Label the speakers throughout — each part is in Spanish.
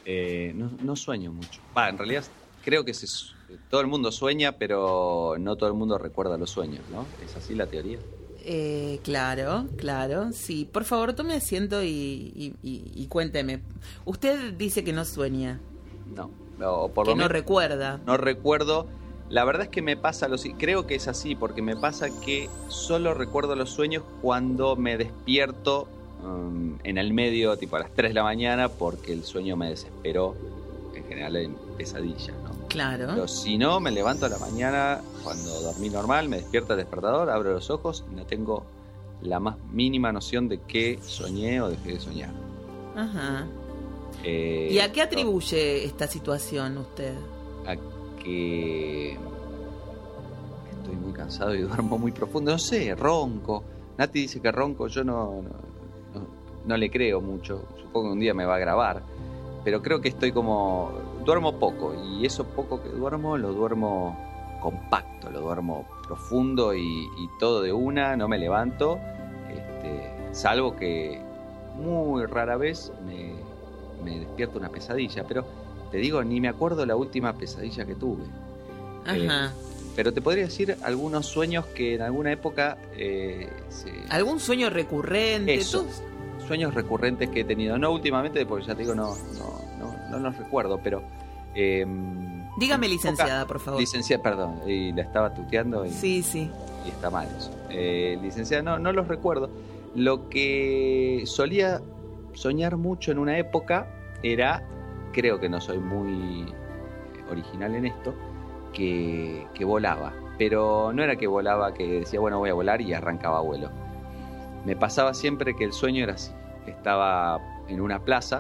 Speaker 1: No sueño mucho. En realidad creo que todo el mundo sueña, pero no todo el mundo recuerda los sueños, ¿no? ¿Es así la teoría?
Speaker 2: Claro, sí. Por favor, tome asiento y cuénteme. Usted dice que no sueña.
Speaker 1: No, o por
Speaker 2: que
Speaker 1: lo
Speaker 2: no
Speaker 1: menos
Speaker 2: recuerda.
Speaker 1: No recuerdo. La verdad es que me pasa creo que es así, porque me pasa que solo recuerdo los sueños cuando me despierto en el medio, tipo a las 3 de la mañana, porque el sueño me desesperó, en general en pesadillas, ¿no?
Speaker 2: Claro.
Speaker 1: Pero si no, me levanto a la mañana, cuando dormí normal, me despierta el despertador, abro los ojos y no tengo la más mínima noción de qué soñé o dejé de soñar.
Speaker 2: Ajá. ¿Y a qué atribuye esta situación usted?
Speaker 1: A que estoy muy cansado y duermo muy profundo. No sé, ronco. Nati dice que ronco, yo no le creo mucho. Supongo que un día me va a grabar. Pero creo que duermo poco. Y eso poco que duermo, lo duermo compacto, lo duermo profundo y todo de una, no me levanto. Salvo que muy rara vez me despierto una pesadilla. Pero te digo, ni me acuerdo la última pesadilla que tuve.
Speaker 2: Ajá.
Speaker 1: Pero te podría decir algunos sueños que en alguna época...
Speaker 2: ¿Algún sueño recurrente?
Speaker 1: Eso, sueños recurrentes que he tenido. No últimamente, porque ya te digo, no los recuerdo, pero...
Speaker 2: Dígame licenciada, por favor.
Speaker 1: Licenciada, perdón, y la estaba tuteando.
Speaker 2: Sí.
Speaker 1: Y está mal eso. Licenciada, no los recuerdo. Lo que solía soñar mucho en una época era, creo que no soy muy original en esto, que volaba. Pero no era que volaba, que decía, bueno, voy a volar y arrancaba vuelo. Me pasaba siempre que el sueño era así. Estaba en una plaza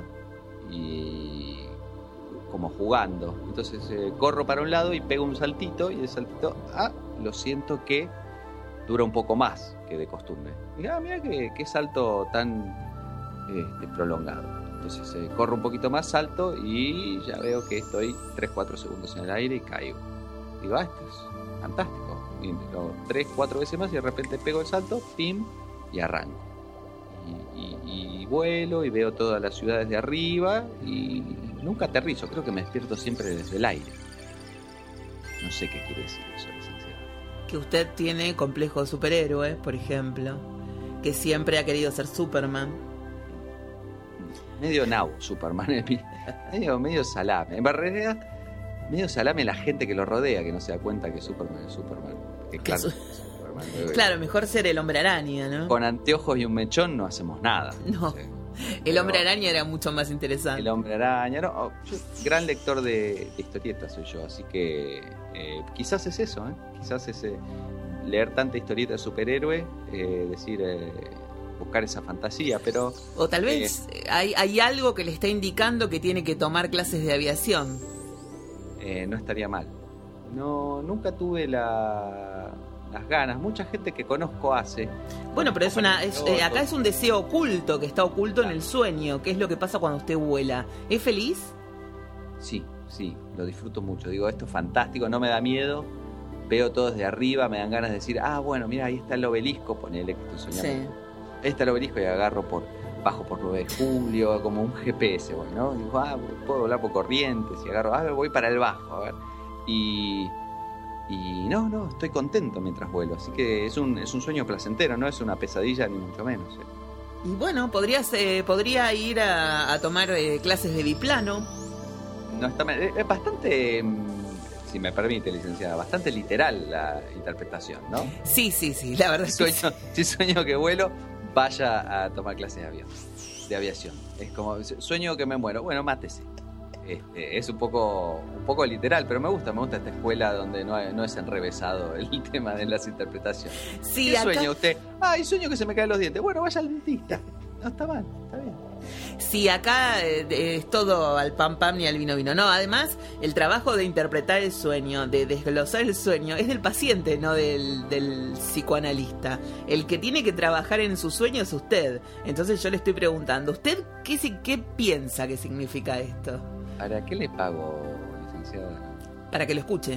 Speaker 1: y como jugando. Entonces corro para un lado y pego un saltito y el saltito, lo siento que dura un poco más que de costumbre. Mira qué salto tan prolongado. Entonces corro un poquito más, salto y ya veo que estoy 3-4 segundos en el aire y caigo. Digo, esto es fantástico. Y lo 3-4 veces más y de repente pego el salto, pim, y arranco. Y vuelo y veo todas las ciudades de arriba y nunca aterrizo. Creo que me despierto siempre desde el aire. No sé qué quiere decir eso, licenciada.
Speaker 2: Que usted tiene complejo de superhéroe, por ejemplo. Que siempre ha querido ser Superman.
Speaker 1: Medio nabo Superman. medio salame. En realidad, medio salame la gente que lo rodea, que no se da cuenta que Superman es Superman. Que claro, Superman,
Speaker 2: claro, mejor ser el Hombre Araña, ¿no?
Speaker 1: Con anteojos y un mechón no hacemos nada.
Speaker 2: No. Sí. El Hombre Araña era mucho más interesante.
Speaker 1: El Hombre Araña, no. Yo, gran lector de historietas soy yo, así que quizás es eso, quizás es leer tanta historieta de superhéroe, buscar esa fantasía, pero...
Speaker 2: O tal vez hay algo que le está indicando que tiene que tomar clases de aviación.
Speaker 1: No estaría mal. No, nunca tuve las ganas. Mucha gente que conozco hace.
Speaker 2: Bueno, pero acá es un deseo oculto, que está oculto en el sueño. ¿Qué es lo que pasa cuando usted vuela? ¿Es feliz? Sí,
Speaker 1: lo disfruto mucho. Digo, esto es fantástico, no me da miedo. Veo todo desde arriba, me dan ganas de decir, bueno, mira, ahí está el obelisco, ponele que estoy soñando. Sí. Ahí está el obelisco y bajo por 9 de julio, como un GPS, ¿no? Digo, puedo volar por Corrientes y agarro, voy para el bajo, a ver. Y no, estoy contento mientras vuelo, así que es un sueño placentero, no es una pesadilla ni mucho menos.
Speaker 2: Y bueno, podría ir a tomar clases de biplano.
Speaker 1: No está mal, es bastante, si me permite, licenciada, bastante literal la interpretación, ¿no?
Speaker 2: Sí, la verdad es que
Speaker 1: si sueño que vuelo, vaya a tomar clases de aviación. Es como, sueño que me muero, bueno, mátese. Es un poco literal, pero me gusta esta escuela donde no es enrevesado el tema de las interpretaciones.
Speaker 2: Sí,
Speaker 1: ¿qué sueña usted? Sueño que se me caen los dientes. Bueno, vaya al dentista. No está mal, está bien.
Speaker 2: Sí, acá es todo al pam pam ni al vino vino. No, además, el trabajo de interpretar el sueño, de desglosar el sueño, es del paciente, no del psicoanalista. El que tiene que trabajar en su sueño es usted. Entonces yo le estoy preguntando, ¿usted qué piensa que significa esto?
Speaker 1: ¿Para qué le pago, licenciada?
Speaker 2: Para que lo escuche.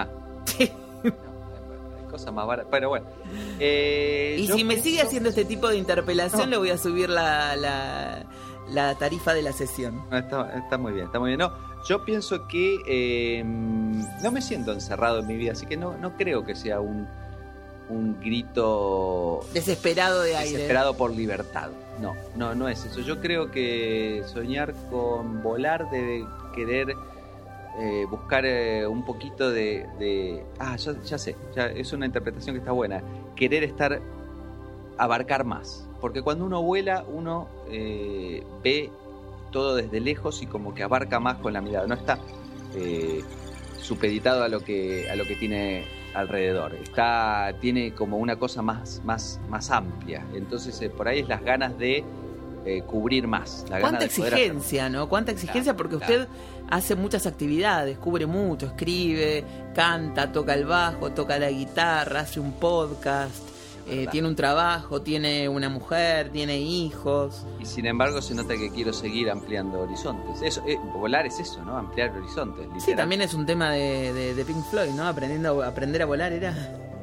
Speaker 1: Hay cosas más baratas, pero bueno.
Speaker 2: Y si me sigue haciendo este tipo de interpelación, le voy a subir la la tarifa de la sesión.
Speaker 1: Está muy bien, está muy bien. No, yo pienso que no me siento encerrado en mi vida, así que no creo que sea un grito
Speaker 2: desesperado de aire.
Speaker 1: Desesperado por libertad. No es eso. Yo creo que soñar con volar debe querer buscar un poquito de ya sé, es una interpretación que está buena. Querer abarcar más. Porque cuando uno vuela, uno ve todo desde lejos y como que abarca más con la mirada. No está supeditado a lo que tiene alrededor. Tiene como una cosa más amplia. Entonces por ahí es las ganas de cubrir más.
Speaker 2: Cuánta exigencia, ¿no? Cuánta exigencia, porque usted hace muchas actividades, cubre mucho, escribe, canta, toca el bajo, toca la guitarra, hace un podcast, tiene un trabajo, tiene una mujer, tiene hijos. Y
Speaker 1: sin embargo se nota que quiero seguir ampliando horizontes. Eso, volar es eso, ¿no? Ampliar horizontes. Literal.
Speaker 2: Sí, también es un tema de Pink Floyd, ¿no? Aprender a volar era.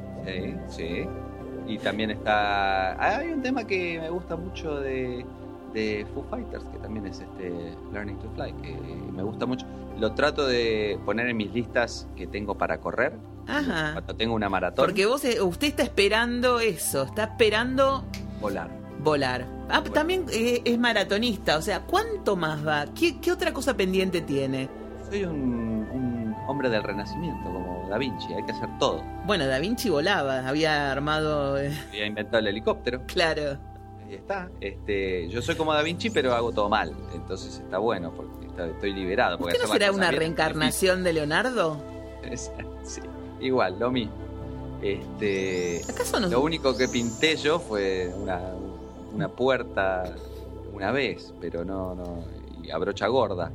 Speaker 1: Sí. Y también hay un tema que me gusta mucho de Foo Fighters, que también es Learning to Fly, que me gusta mucho. Lo trato de poner en mis listas que tengo para correr.
Speaker 2: Ajá.
Speaker 1: Cuando tengo una maratón.
Speaker 2: Porque usted está esperando eso, está esperando
Speaker 1: volar.
Speaker 2: Volar. También es maratonista, o sea, ¿cuánto más va? ¿Qué otra cosa pendiente tiene?
Speaker 1: Soy un hombre del Renacimiento, como Da Vinci, hay que hacer todo.
Speaker 2: Bueno, Da Vinci volaba, había armado...
Speaker 1: Había inventado el helicóptero.
Speaker 2: Claro.
Speaker 1: Ahí está. Yo soy como Da Vinci, pero hago todo mal, entonces está bueno, porque estoy liberado.
Speaker 2: ¿Usted no será una reencarnación de Leonardo?
Speaker 1: Sí, igual, lo mismo.
Speaker 2: ¿Acaso no?
Speaker 1: Lo único que pinté yo fue una puerta una vez, pero no y a brocha gorda.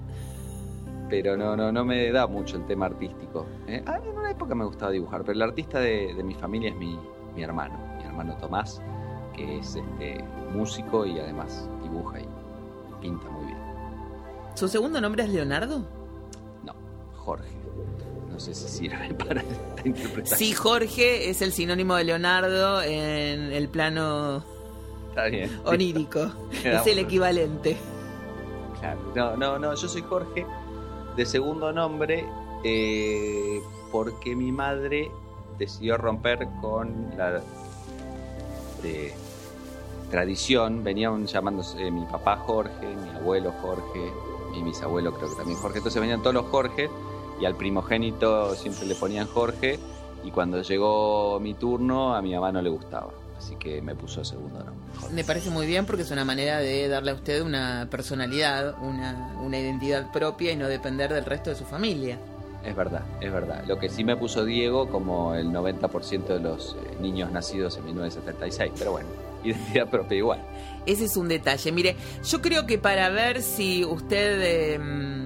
Speaker 1: Pero no me da mucho el tema artístico. En una época me gustaba dibujar, pero el artista de mi familia es mi hermano Tomás, que es músico y además dibuja y pinta muy bien.
Speaker 2: ¿Su segundo nombre es Leonardo?
Speaker 1: No, Jorge. No sé si sirve para esta interpretación.
Speaker 2: Sí, Jorge es el sinónimo de Leonardo en el plano
Speaker 1: Está bien.
Speaker 2: onírico. Es el equivalente.
Speaker 1: Claro. No, yo soy Jorge de segundo nombre porque mi madre decidió romper con la tradición. Venían llamándose mi papá Jorge, mi abuelo Jorge, mi bisabuelo creo que también Jorge. Entonces venían todos los Jorge y al primogénito siempre le ponían Jorge, y cuando llegó mi turno a mi mamá no le gustaba, así que me puso segundo nombre, Jorge.
Speaker 2: Me parece muy bien, porque es una manera de darle a usted una personalidad, una identidad propia y no depender del resto de su familia.
Speaker 1: Es verdad. Lo que sí me puso Diego, como el 90% de los niños nacidos en 1976, pero bueno, identidad propia igual.
Speaker 2: Ese es un detalle. Mire, yo creo que para ver si usted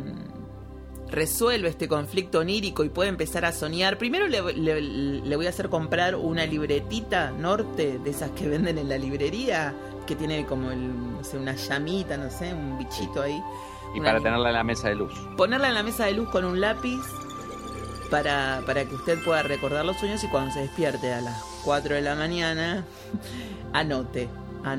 Speaker 2: resuelve este conflicto onírico y puede empezar a soñar, primero le voy a hacer comprar una libretita Norte, de esas que venden en la librería, que tiene como una llamita, no sé, un bichito ahí.
Speaker 1: Y para tenerla en la mesa de luz.
Speaker 2: Ponerla en la mesa de luz con un lápiz para que usted pueda recordar los sueños, y cuando se despierte a las 4 de la mañana anote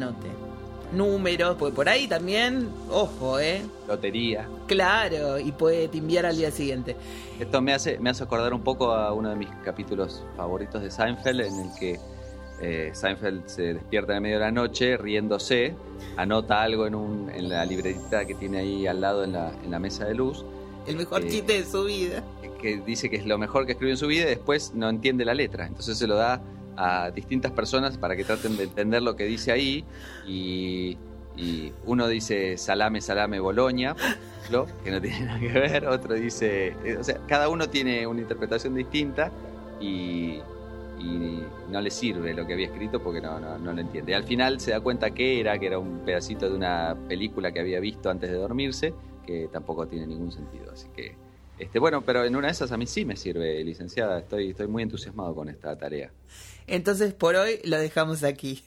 Speaker 2: números, porque por ahí también, ojo,
Speaker 1: lotería.
Speaker 2: Claro, y puede timbiar al día siguiente.
Speaker 1: Esto me hace acordar un poco a uno de mis capítulos favoritos de Seinfeld, en el que Seinfeld se despierta en el medio de la noche riéndose, anota algo en la libretita que tiene ahí al lado en la mesa de luz.
Speaker 2: El mejor chiste de su vida.
Speaker 1: Que dice que es lo mejor que escribió en su vida, y después no entiende la letra. Entonces se lo da a distintas personas para que traten de entender lo que dice ahí. Y uno dice salame Bologna, que no tiene nada que ver. Otro dice... O sea, cada uno tiene una interpretación distinta y no le sirve lo que había escrito porque no lo entiende. Y al final se da cuenta que era un pedacito de una película que había visto antes de dormirse, que tampoco tiene ningún sentido. Así que, bueno, pero en una de esas a mí sí me sirve, licenciada. Estoy muy entusiasmado con esta tarea.
Speaker 2: Entonces por hoy lo dejamos aquí.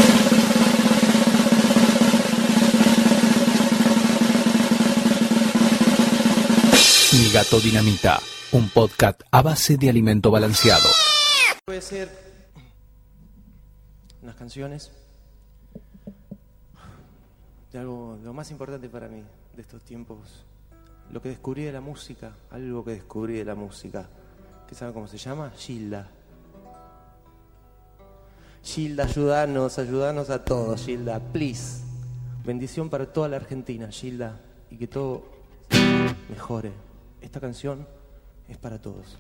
Speaker 3: Mi Gato Dinamita, un podcast a base de alimento balanceado.
Speaker 4: Voy a hacer unas canciones. de algo, lo más importante para mí de estos tiempos. Lo que descubrí de la música, algo que descubrí de la música. ¿Qué sabe cómo se llama? Gilda. Gilda, ayúdanos a todos, Gilda, please. Bendición para toda la Argentina, Gilda, y que todo mejore. Esta canción es para todos.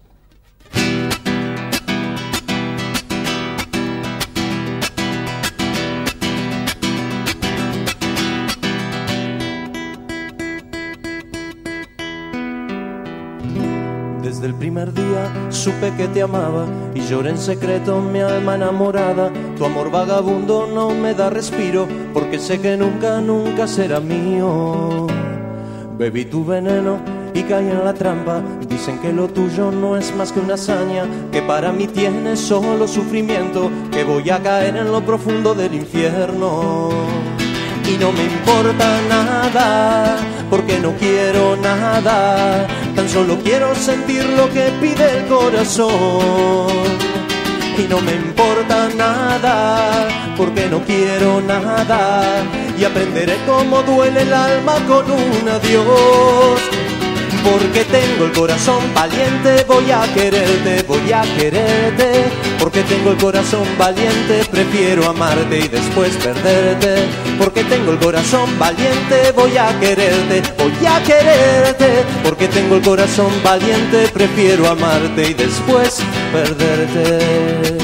Speaker 4: Desde el primer día supe que te amaba y lloré en secreto mi alma enamorada. Tu amor vagabundo no me da respiro porque sé que nunca, nunca será mío. Bebí tu veneno y caí en la trampa. Dicen que lo tuyo no es más que una hazaña, que para mí tienes solo sufrimiento, que voy a caer en lo profundo del infierno. Y no me importa nada, porque no quiero nada, tan solo quiero sentir lo que pide el corazón. Y no me importa nada, porque no quiero nada, y aprenderé cómo duele el alma con un adiós. Porque tengo el corazón valiente, voy a quererte, porque tengo el corazón valiente, prefiero amarte y después perderte. Porque tengo el corazón valiente, voy a quererte, porque tengo el corazón valiente, prefiero amarte y después perderte.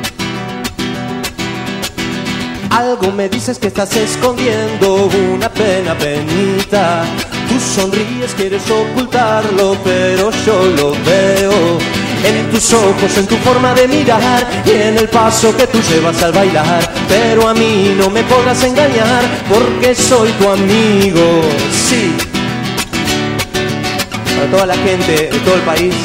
Speaker 4: Algo me dices que estás escondiendo, una pena, penita. Tú sonríes, quieres ocultarlo, pero yo lo veo en tus ojos, en tu forma de mirar y en el paso que tú llevas al bailar. Pero a mí no me podrás engañar porque soy tu amigo, sí. Para toda la gente de todo el país,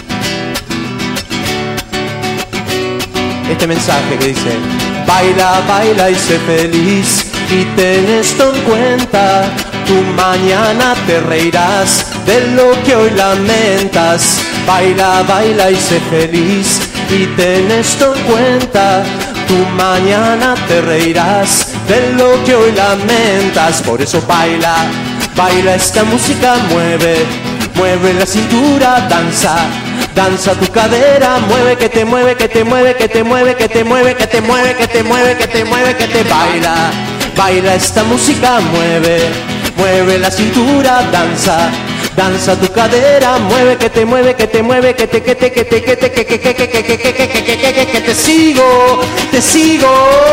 Speaker 4: este mensaje que dice: baila, baila y sé feliz, y ten esto en cuenta, tú mañana te reirás de lo que hoy lamentas. Baila, baila y sé feliz, y ten esto en cuenta, tú mañana te reirás de lo que hoy lamentas. Por eso baila, baila esta música, mueve, mueve la cintura, danza, danza tu cadera, mueve que te mueve, que te mueve, que te mueve, que te mueve, que te mueve, que te mueve, que te mueve, que te baila, baila esta música, mueve, mueve la cintura, danza, danza tu cadera, mueve que te mueve, que te mueve, que te sigo, te sigo.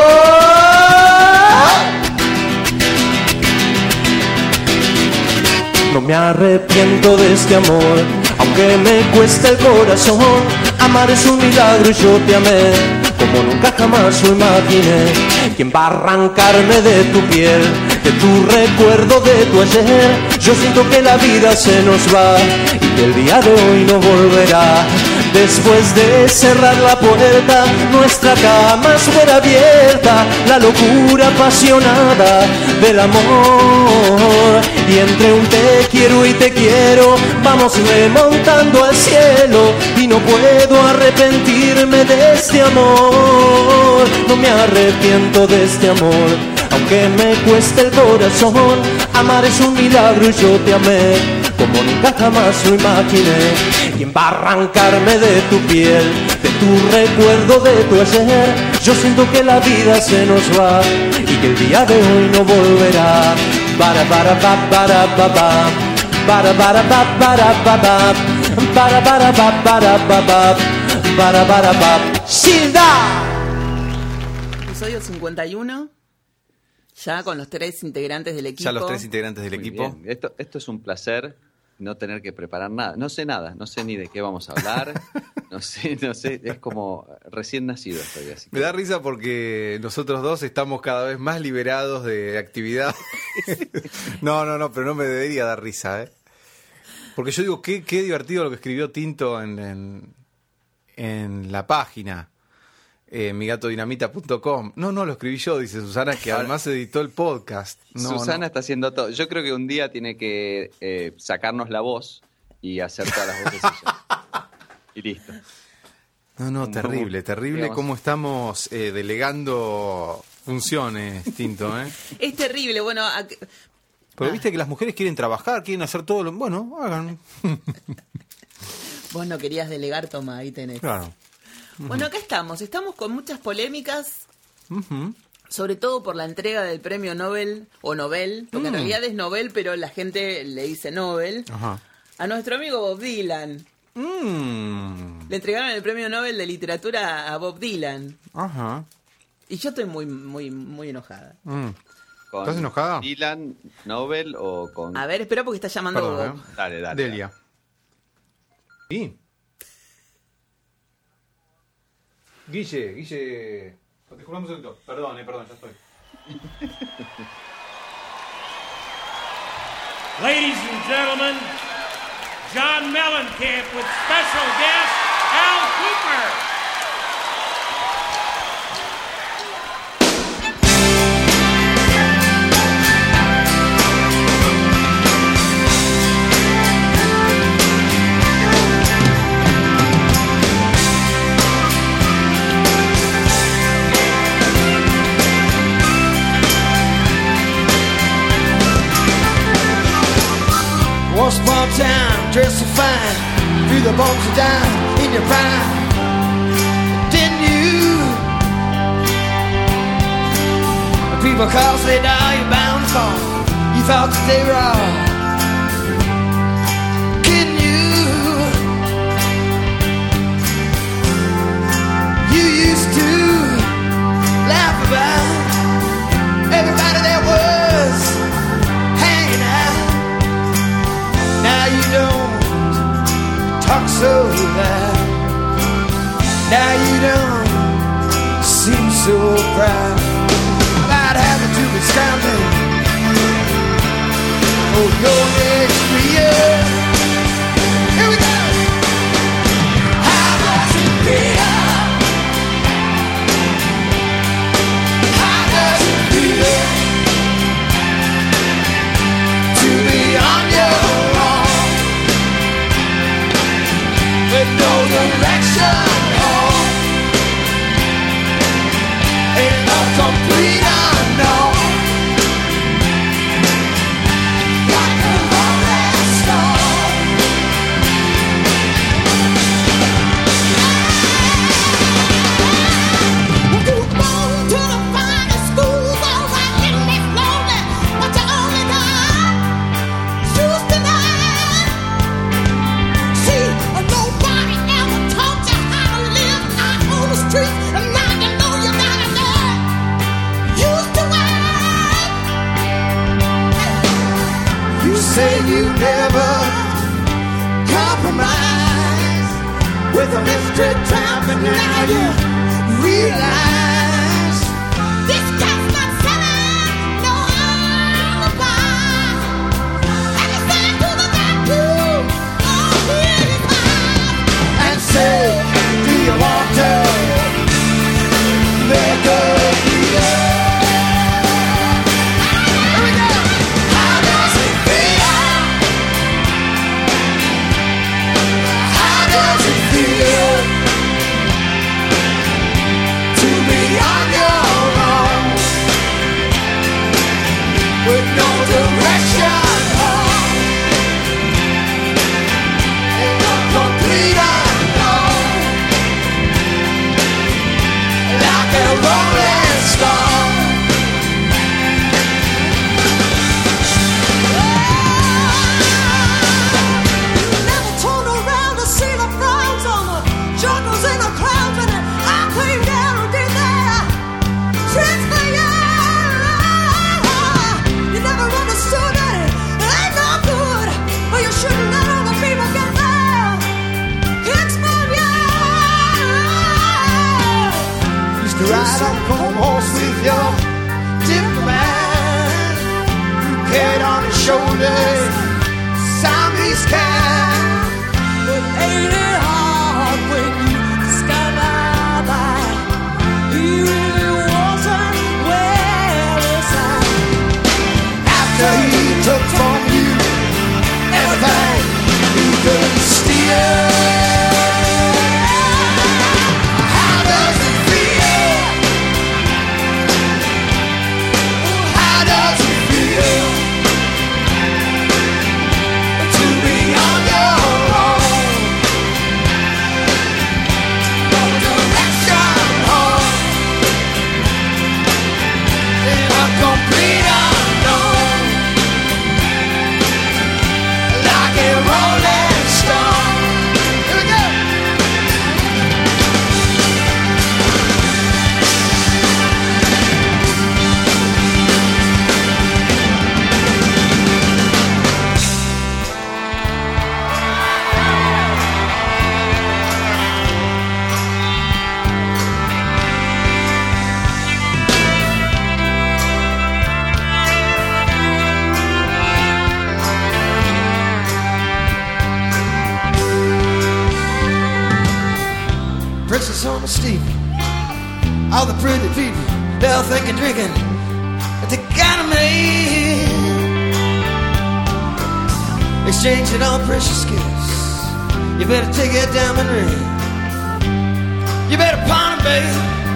Speaker 4: No me arrepiento de este amor, aunque me cueste el corazón. Amar es un milagro y yo te amé como nunca jamás lo imaginé. ¿Quién va a arrancarme de tu piel, de tu recuerdo, de tu ayer? Yo siento que la vida se nos va y que el día de hoy no volverá. Después de cerrar la puerta, nuestra cama fuera abierta, la locura apasionada del amor. Y entre un te quiero y te quiero, vamos remontando al cielo, y no puedo arrepentirme de este amor. No me arrepiento de este amor, aunque me cueste el corazón. Amar es un milagro y yo te amé como nunca jamás lo imaginé. ¿Quién va a arrancarme de tu piel, de tu recuerdo, de tu ayer? Yo siento que la vida se nos va y que el día de hoy no volverá. Para para pa para pa pa, para para pa para pa pa, para para pa para pa pa, para pa. ¡Gilda!
Speaker 2: Episodio 51. Ya con los 3 integrantes del equipo.
Speaker 5: Ya los 3 integrantes del
Speaker 1: Muy
Speaker 5: equipo.
Speaker 1: bien. Esto es un placer, no tener que preparar nada. No sé nada, no sé ni de qué vamos a hablar. No sé, es como recién nacido estoy así.
Speaker 5: Me da risa porque nosotros dos estamos cada vez más liberados de actividad. No, pero no me debería dar risa, ¿eh? Porque yo digo, qué divertido lo que escribió Tinto en la página. migatodinamita.com. No, lo escribí yo, dice Susana, que además editó el podcast.
Speaker 1: Susana está haciendo todo. Yo creo que un día tiene que sacarnos la voz y hacer todas las voces ella. Y listo.
Speaker 5: No, terrible
Speaker 1: digamos,
Speaker 5: cómo estamos delegando funciones, Tinto, ¿eh?
Speaker 2: Es terrible, bueno...
Speaker 5: Pero viste que las mujeres quieren trabajar, quieren hacer todo lo... Bueno, hagan.
Speaker 2: Vos no querías delegar, toma, ahí tenés.
Speaker 5: Claro.
Speaker 2: Bueno, acá estamos con muchas polémicas, sobre todo por la entrega del premio Nobel, o Nobel, porque en realidad es Nobel, pero la gente le dice Nobel, a nuestro amigo Bob Dylan. Le entregaron el premio Nobel de literatura a Bob Dylan.
Speaker 5: Ajá.
Speaker 2: Y yo estoy muy, muy, muy enojada.
Speaker 5: ¿Estás enojada?
Speaker 1: ¿Dylan, Nobel o con...?
Speaker 2: A ver, espera porque está llamando
Speaker 5: Perdón,
Speaker 2: Bob.
Speaker 1: Dale.
Speaker 5: Delia. ¿Sí? Guille. Te juramos el doctor. Perdón, ya estoy.
Speaker 6: Ladies and gentlemen, John Mellencamp with special guest Al Cooper.
Speaker 7: Once upon a time, dressed so fine, through the bumps of dime in your prime. Didn't you? When people call, say, now you're bound to fall. You thought that they were all kidding you. You used to laugh about everybody that was hanging out. Now you don't talk so loud. Now you don't seem so proud about having to be scoundrel. Oh, your next year. Here we go. How does it feel? How does it feel to be on your own with no direction home? Ain't no complete unknown. Like a rolling stone. You were born to the finest school, all right in this lonely, but you only got shoes tonight. See, nobody ever taught you how to live out on the street, and now you know you gotta learn. Used to work. You say you never compromise with a mystery trap, and now you realize this cat's not selling no alibi. And you stand to the bathroom, all really fine, and say, do you want to make a deal? Here we go. How does it feel? How does it feel to be on your own with no direction home? Ain't no complete unknown. Like a rolling stone. Never turned around to see the frowns on the jungles and the clouds, and I came down and did that just for you. You never understood that it ain't no good, but you shouldn't let other people get there. Kicks from you. Used to ride on a home horse with your diplomat. You carried on his shoulders Siamese cat. But ain't it hard when you discover that he really wasn't well inside? After he took from you everything he could steal. How does it feel
Speaker 8: churches on the steep. All the pretty people, they'll think of drinking, but they got a man. Exchanging all precious gifts. You better take that diamond ring. You better pawn it, babe.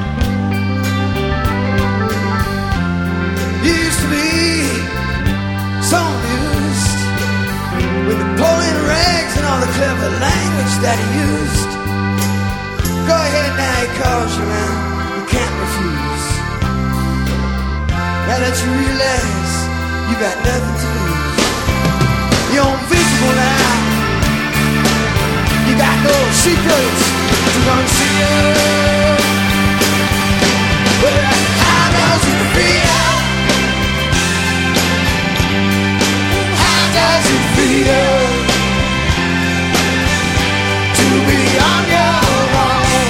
Speaker 8: You used to be so amused with the pulling rags and all the clever language that he used. Go ahead now, he calls you around. You can't refuse. Now that you realize you got nothing to lose. You're invisible now. You got no secrets to conceal. Well, how does it feel? How does it feel to be on your own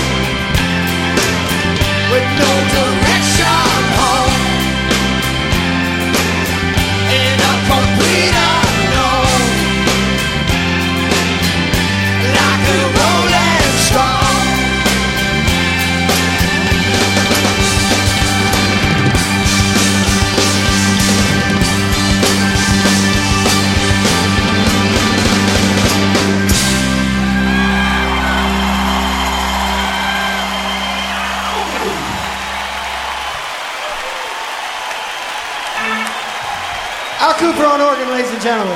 Speaker 8: with no direction home in a complete unknown, like a rolling stone? Al Cooper on organ, ladies and gentlemen.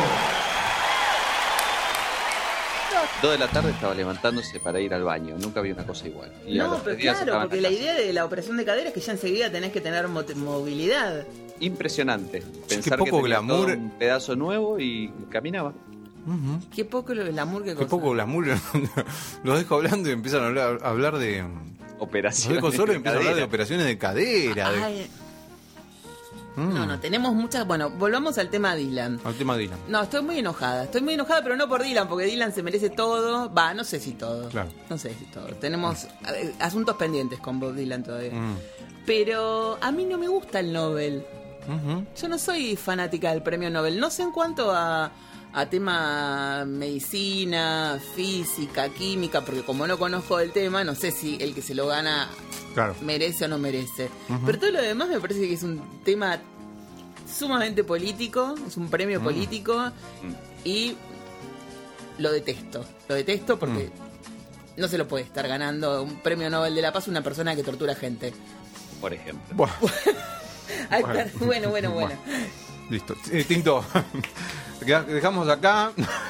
Speaker 1: 2 de la tarde estaba levantándose para ir al baño. Nunca vi una cosa igual. Y a
Speaker 2: No,
Speaker 1: los
Speaker 2: pero
Speaker 1: 3 días
Speaker 2: claro,
Speaker 1: estaba en
Speaker 2: porque
Speaker 1: la
Speaker 2: la
Speaker 1: casa.
Speaker 2: idea de la operación de cadera es que ya enseguida tenés que tener movilidad.
Speaker 1: Impresionante. Pensar
Speaker 5: poco
Speaker 1: que tenía
Speaker 5: glamour.
Speaker 1: todo un pedazo nuevo y caminaba.
Speaker 2: Qué poco el glamour que
Speaker 5: Qué
Speaker 2: cosa.
Speaker 5: poco glamour. Los dejo hablando y empiezan a hablar de... Los
Speaker 1: Operaciones.
Speaker 5: dejo solo y empiezan a hablar de
Speaker 1: cadera.
Speaker 5: operaciones de cadera. de-
Speaker 2: Ay, no, tenemos muchas... Bueno, volvamos al tema Dylan.
Speaker 5: Al tema Dylan.
Speaker 2: No, estoy muy enojada, pero no por Dylan, porque Dylan se merece todo. Va, no sé si todo.
Speaker 5: Claro.
Speaker 2: No sé si todo. Tenemos asuntos pendientes con Bob Dylan todavía.
Speaker 5: Mm.
Speaker 2: Pero a mí no me gusta el Nobel.
Speaker 5: Ujú.
Speaker 2: Yo no soy fanática del premio Nobel. No sé en cuanto a tema medicina, física, química, porque como no conozco el tema, no sé si el que se lo gana
Speaker 5: Claro.
Speaker 2: merece o no merece. Pero todo lo demás me parece que es un tema sumamente político, es un premio político y lo detesto. Lo detesto porque no se lo puede estar ganando un premio Nobel de la Paz una persona que tortura gente.
Speaker 1: Por ejemplo.
Speaker 5: Buah.
Speaker 2: Ay,
Speaker 5: Bueno.
Speaker 2: bueno.
Speaker 5: Listo. Tinto. Dejamos acá.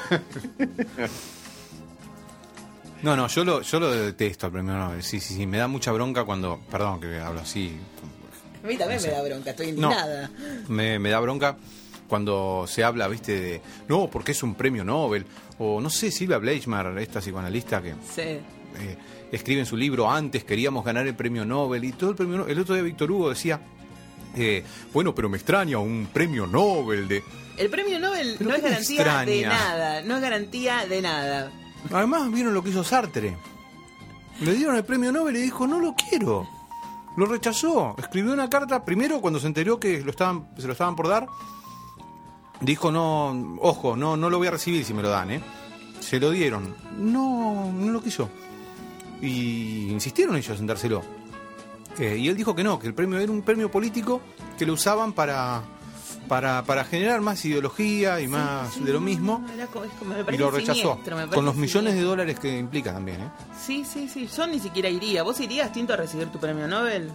Speaker 5: No, yo lo detesto al premio Nobel. Sí, me da mucha bronca cuando... Perdón que hablo así.
Speaker 2: A mí también me da bronca, estoy indignada.
Speaker 5: Me da bronca cuando se habla, viste, de... No, porque es un premio Nobel. O no sé, Silvia Bleichmar, esta psicoanalista que...
Speaker 2: Sí.
Speaker 5: escribe en su libro, antes queríamos ganar el premio Nobel y todo el premio Nobel. El otro día Víctor Hugo decía, bueno, pero me extraña un premio Nobel de...
Speaker 2: El premio Nobel
Speaker 5: ¿Pero
Speaker 2: no
Speaker 5: qué
Speaker 2: es
Speaker 5: me
Speaker 2: garantía
Speaker 5: extraña?
Speaker 2: de nada, no es garantía de nada.
Speaker 5: Además, ¿vieron lo que hizo Sartre? Le dieron el premio Nobel y dijo, no lo quiero. Lo rechazó. Escribió una carta, primero cuando se enteró que se lo estaban por dar, dijo, no, ojo, no lo voy a recibir si me lo dan, Se lo dieron. No lo quiso. Y insistieron ellos en dárselo. Y él dijo que no, que el premio era un premio político que lo usaban para generar más ideología y más de lo mismo.
Speaker 2: No, es como, me
Speaker 5: Y
Speaker 2: parece
Speaker 5: lo rechazó.
Speaker 2: siniestro, me parece
Speaker 5: Con los millones de
Speaker 2: siniestro.
Speaker 5: dólares que implica también,
Speaker 2: Sí. Yo ni siquiera iría. ¿Vos irías, Tinto, a recibir tu premio Nobel?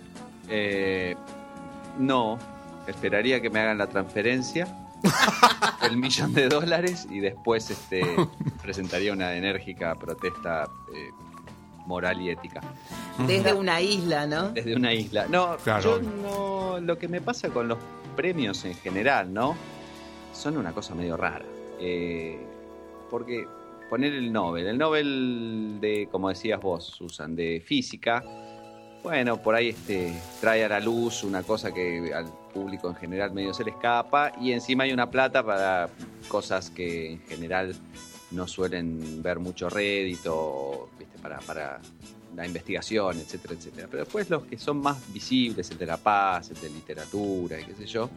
Speaker 1: No. Esperaría que me hagan la transferencia. El $1.000.000 y después presentaría una enérgica protesta moral y ética.
Speaker 2: Desde una isla, ¿no?
Speaker 1: Desde una isla. No,
Speaker 5: Claro,
Speaker 1: yo
Speaker 5: obvio.
Speaker 1: no. Lo que me pasa con los premios en general, ¿no? Son una cosa medio rara. Porque poner el Nobel de, como decías vos, Susan, de física, bueno, por ahí trae a la luz una cosa que al público en general medio se le escapa, y encima hay una plata para cosas que en general no suelen ver mucho rédito, ¿viste? Para la investigación, etcétera, etcétera. Pero después los que son más visibles, el de la paz, el de literatura y qué sé yo,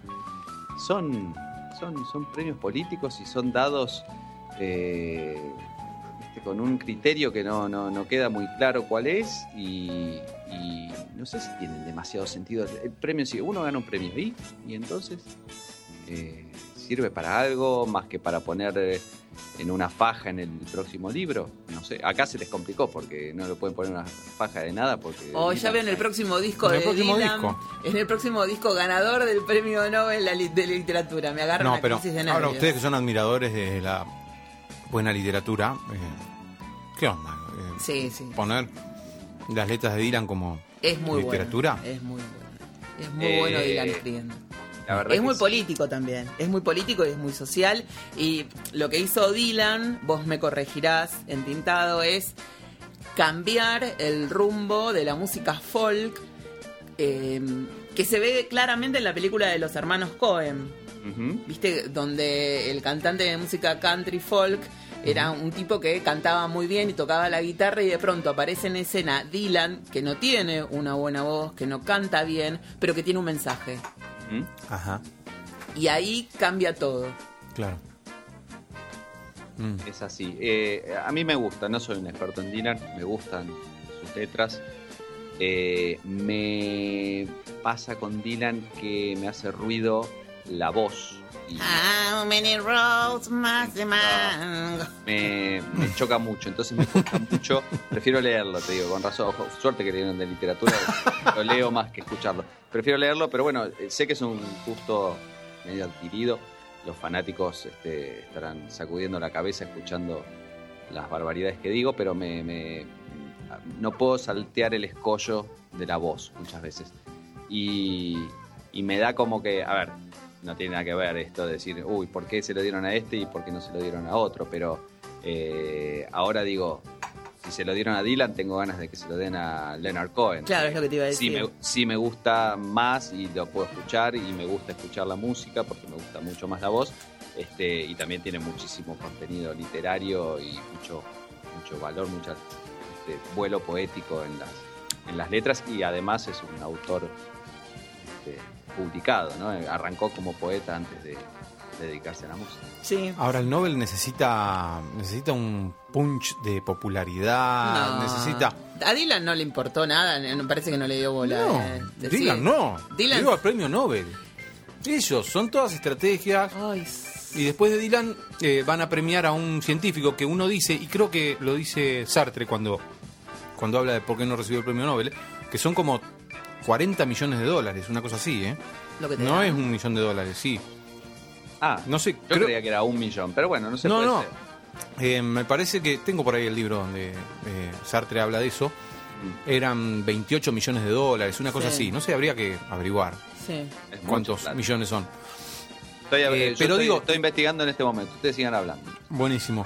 Speaker 1: son premios políticos y son dados con un criterio que no queda muy claro cuál es y no sé si tienen demasiado sentido. El premio, si uno gana un premio y entonces sirve para algo más que para poner en una faja en el próximo libro. No sé, acá se les complicó porque no lo pueden poner en una faja de nada porque...
Speaker 2: Ya veo en el próximo disco
Speaker 5: En el
Speaker 2: de
Speaker 5: próximo
Speaker 2: Dylan,
Speaker 5: disco.
Speaker 2: en el próximo disco ganador del premio Nobel de literatura. Me agarra
Speaker 5: No,
Speaker 2: una
Speaker 5: pero
Speaker 2: crisis de
Speaker 5: ahora
Speaker 2: nervios.
Speaker 5: ustedes que son admiradores de la buena literatura, ¿qué onda?
Speaker 2: Sí.
Speaker 5: Poner las letras de Dylan como
Speaker 2: Es muy
Speaker 5: literatura.
Speaker 2: bueno. Es muy bueno. Es muy bueno Dylan escribiendo.
Speaker 1: La verdad
Speaker 2: Es muy
Speaker 1: sí.
Speaker 2: político también. Es muy político y es muy social. Y lo que hizo Dylan, vos me corregirás, Entintado, es cambiar el rumbo de la música folk que se ve claramente en la película de los hermanos Coen.
Speaker 1: Ujú.
Speaker 2: ¿Viste? Donde el cantante de música country folk era un tipo que cantaba muy bien y tocaba la guitarra y de pronto aparece en escena Dylan, que no tiene una buena voz, que no canta bien, pero que tiene un mensaje.
Speaker 1: ¿Mm?
Speaker 5: Ajá,
Speaker 2: Y ahí cambia todo.
Speaker 5: claro.
Speaker 1: Es así. A mí me gusta, no soy un experto en Dylan, me gustan sus letras. Me pasa con Dylan que me hace ruido la voz. Y
Speaker 2: How many roads must a man go?
Speaker 1: me choca mucho, entonces me cuesta mucho. Prefiero leerlo, te digo, con razón. Ojo, suerte que leyeron de literatura, lo leo más que escucharlo. Prefiero leerlo, pero bueno, sé que es un gusto medio adquirido. Los fanáticos estarán sacudiendo la cabeza escuchando las barbaridades que digo, pero no puedo saltear el escollo de la voz muchas veces. Y me da como que, a ver, no tiene nada que ver esto de decir, uy, ¿por qué se lo dieron a este y por qué no se lo dieron a otro? Pero ahora digo, si se lo dieron a Dylan, tengo ganas de que se lo den a Leonard Cohen.
Speaker 2: Claro, es lo que te iba a decir.
Speaker 1: Sí me gusta más y lo puedo escuchar y me gusta escuchar la música porque me gusta mucho más la voz. Y también tiene muchísimo contenido literario y mucho valor, mucho vuelo poético en las letras y además es un autor publicado, ¿no? Arrancó como poeta antes de dedicarse a la música.
Speaker 2: Sí.
Speaker 5: Ahora el Nobel necesita un punch de popularidad,
Speaker 2: No.
Speaker 5: necesita...
Speaker 2: A Dylan no le importó nada, me parece que no le dio bola.
Speaker 5: No,
Speaker 2: Decir-
Speaker 5: Dylan no.
Speaker 2: Dylan-
Speaker 5: Digo al premio Nobel. Ellos son todas estrategias.
Speaker 2: Ay,
Speaker 5: Y después de Dylan van a premiar a un científico que uno dice, y creo que lo dice Sartre cuando habla de por qué no recibió el premio Nobel, que son como 40 millones de dólares, una cosa así, ¿eh?
Speaker 2: lo que te
Speaker 5: No
Speaker 2: da.
Speaker 5: es $1 millón, sí.
Speaker 1: Ah,
Speaker 5: No sé,
Speaker 1: yo
Speaker 5: creo-
Speaker 1: creía que era 1 millón, pero bueno, no se puede ser.
Speaker 5: Me parece que tengo por ahí el libro donde Sartre habla de eso. Eran 28 millones de dólares, una cosa
Speaker 2: Sí.
Speaker 5: así. No sé, habría que averiguar
Speaker 2: Sí.
Speaker 1: Es mucho
Speaker 5: cuántos
Speaker 1: plata.
Speaker 5: millones son.
Speaker 1: Yo
Speaker 5: pero digo-
Speaker 1: estoy investigando en este momento, ustedes sigan hablando.
Speaker 5: Buenísimo.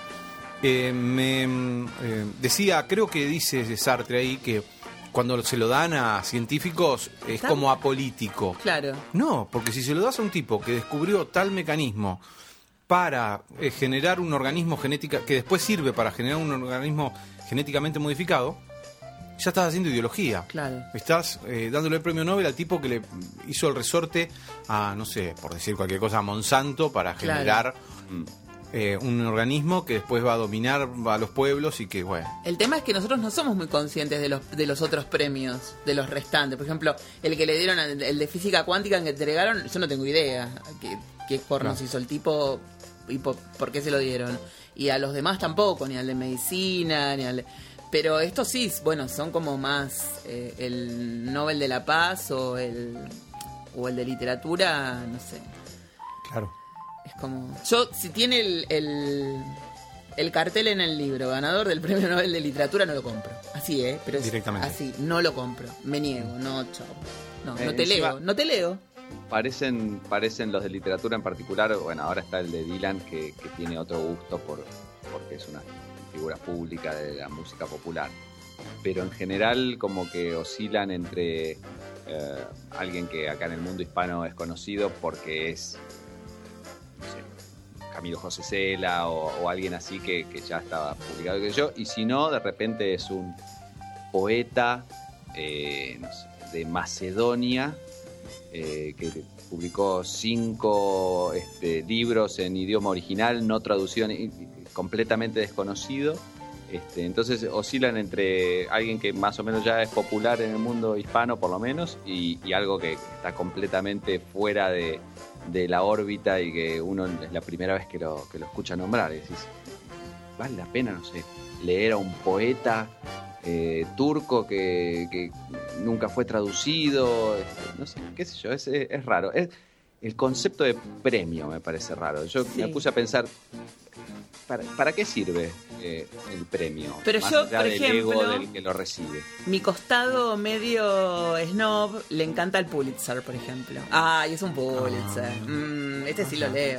Speaker 5: Decía, creo que dice Sartre ahí que cuando se lo dan a científicos es
Speaker 2: ¿Está?
Speaker 5: como apolítico.
Speaker 2: Claro.
Speaker 5: No, porque si se lo das a un tipo que descubrió tal mecanismo para generar un organismo genética que después sirve para generar un organismo genéticamente modificado, ya estás haciendo ideología.
Speaker 2: Claro.
Speaker 5: Estás dándole el premio Nobel al tipo que le hizo el resorte a, no sé, por decir cualquier cosa, a Monsanto para
Speaker 2: Claro.
Speaker 5: generar un organismo que después va a dominar a los pueblos y que, bueno.
Speaker 2: El tema es que nosotros no somos muy conscientes de los otros premios, de los restantes. Por ejemplo, el que le dieron, el de física cuántica que entregaron, yo no tengo idea qué pornos hizo el tipo y por qué se lo dieron. Y a los demás tampoco, ni al de medicina, ni al de... Pero estos sí, bueno, son como más el Nobel de la Paz o el de literatura, no sé.
Speaker 5: Claro.
Speaker 2: Es como... Yo, si tiene el cartel en el libro, ganador del Premio Nobel de Literatura, no lo compro. Así, pero es
Speaker 5: Directamente.
Speaker 2: así, no lo compro. Me niego, no, chao. No te
Speaker 1: Encima-
Speaker 2: leo, no te leo.
Speaker 1: Parecen los de literatura en particular, bueno, ahora está el de Dylan que tiene otro gusto porque es una figura pública de la música popular. Pero en general como que oscilan entre alguien que acá en el mundo hispano es conocido porque es, no sé, Camilo José Cela o alguien así que ya estaba publicado que yo, y si no, de repente es un poeta no sé, de Macedonia que publicó 5 libros en idioma original, no traducido, completamente desconocido, Entonces oscilan entre alguien que más o menos ya es popular en el mundo hispano, por lo menos, y algo que está completamente fuera de la órbita y que uno es la primera vez que lo escucha nombrar. Y decís, vale la pena, no sé, leer a un poeta turco que nunca fue traducido, no sé, qué sé yo, es raro. El concepto de premio me parece raro. Yo me puse a pensar, ¿para qué sirve el premio?
Speaker 2: Pero
Speaker 1: más
Speaker 2: yo,
Speaker 1: allá
Speaker 2: por
Speaker 1: del
Speaker 2: ejemplo,
Speaker 1: ego del que lo recibe.
Speaker 2: Mi costado medio snob le encanta el Pulitzer, por ejemplo. Ay, es un Pulitzer. Este sí lo leo.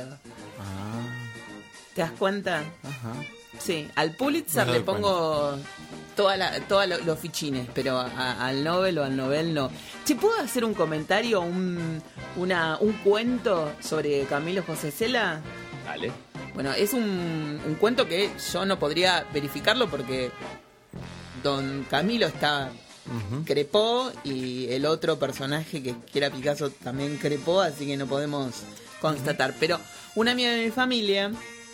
Speaker 2: ¿Te das cuenta?
Speaker 5: Ajá.
Speaker 2: Sí, al Pulitzer
Speaker 5: Me
Speaker 2: le
Speaker 5: doy
Speaker 2: pongo todos los fichines, pero al Nobel o al Nobel no. ¿Te puedo hacer un comentario, un cuento sobre Camilo José Cela?
Speaker 1: Dale.
Speaker 2: Bueno, es un cuento que yo no podría verificarlo porque don Camilo crepó y el otro personaje que era Picasso también crepó, así que no podemos constatar. Pero una amiga de mi familia,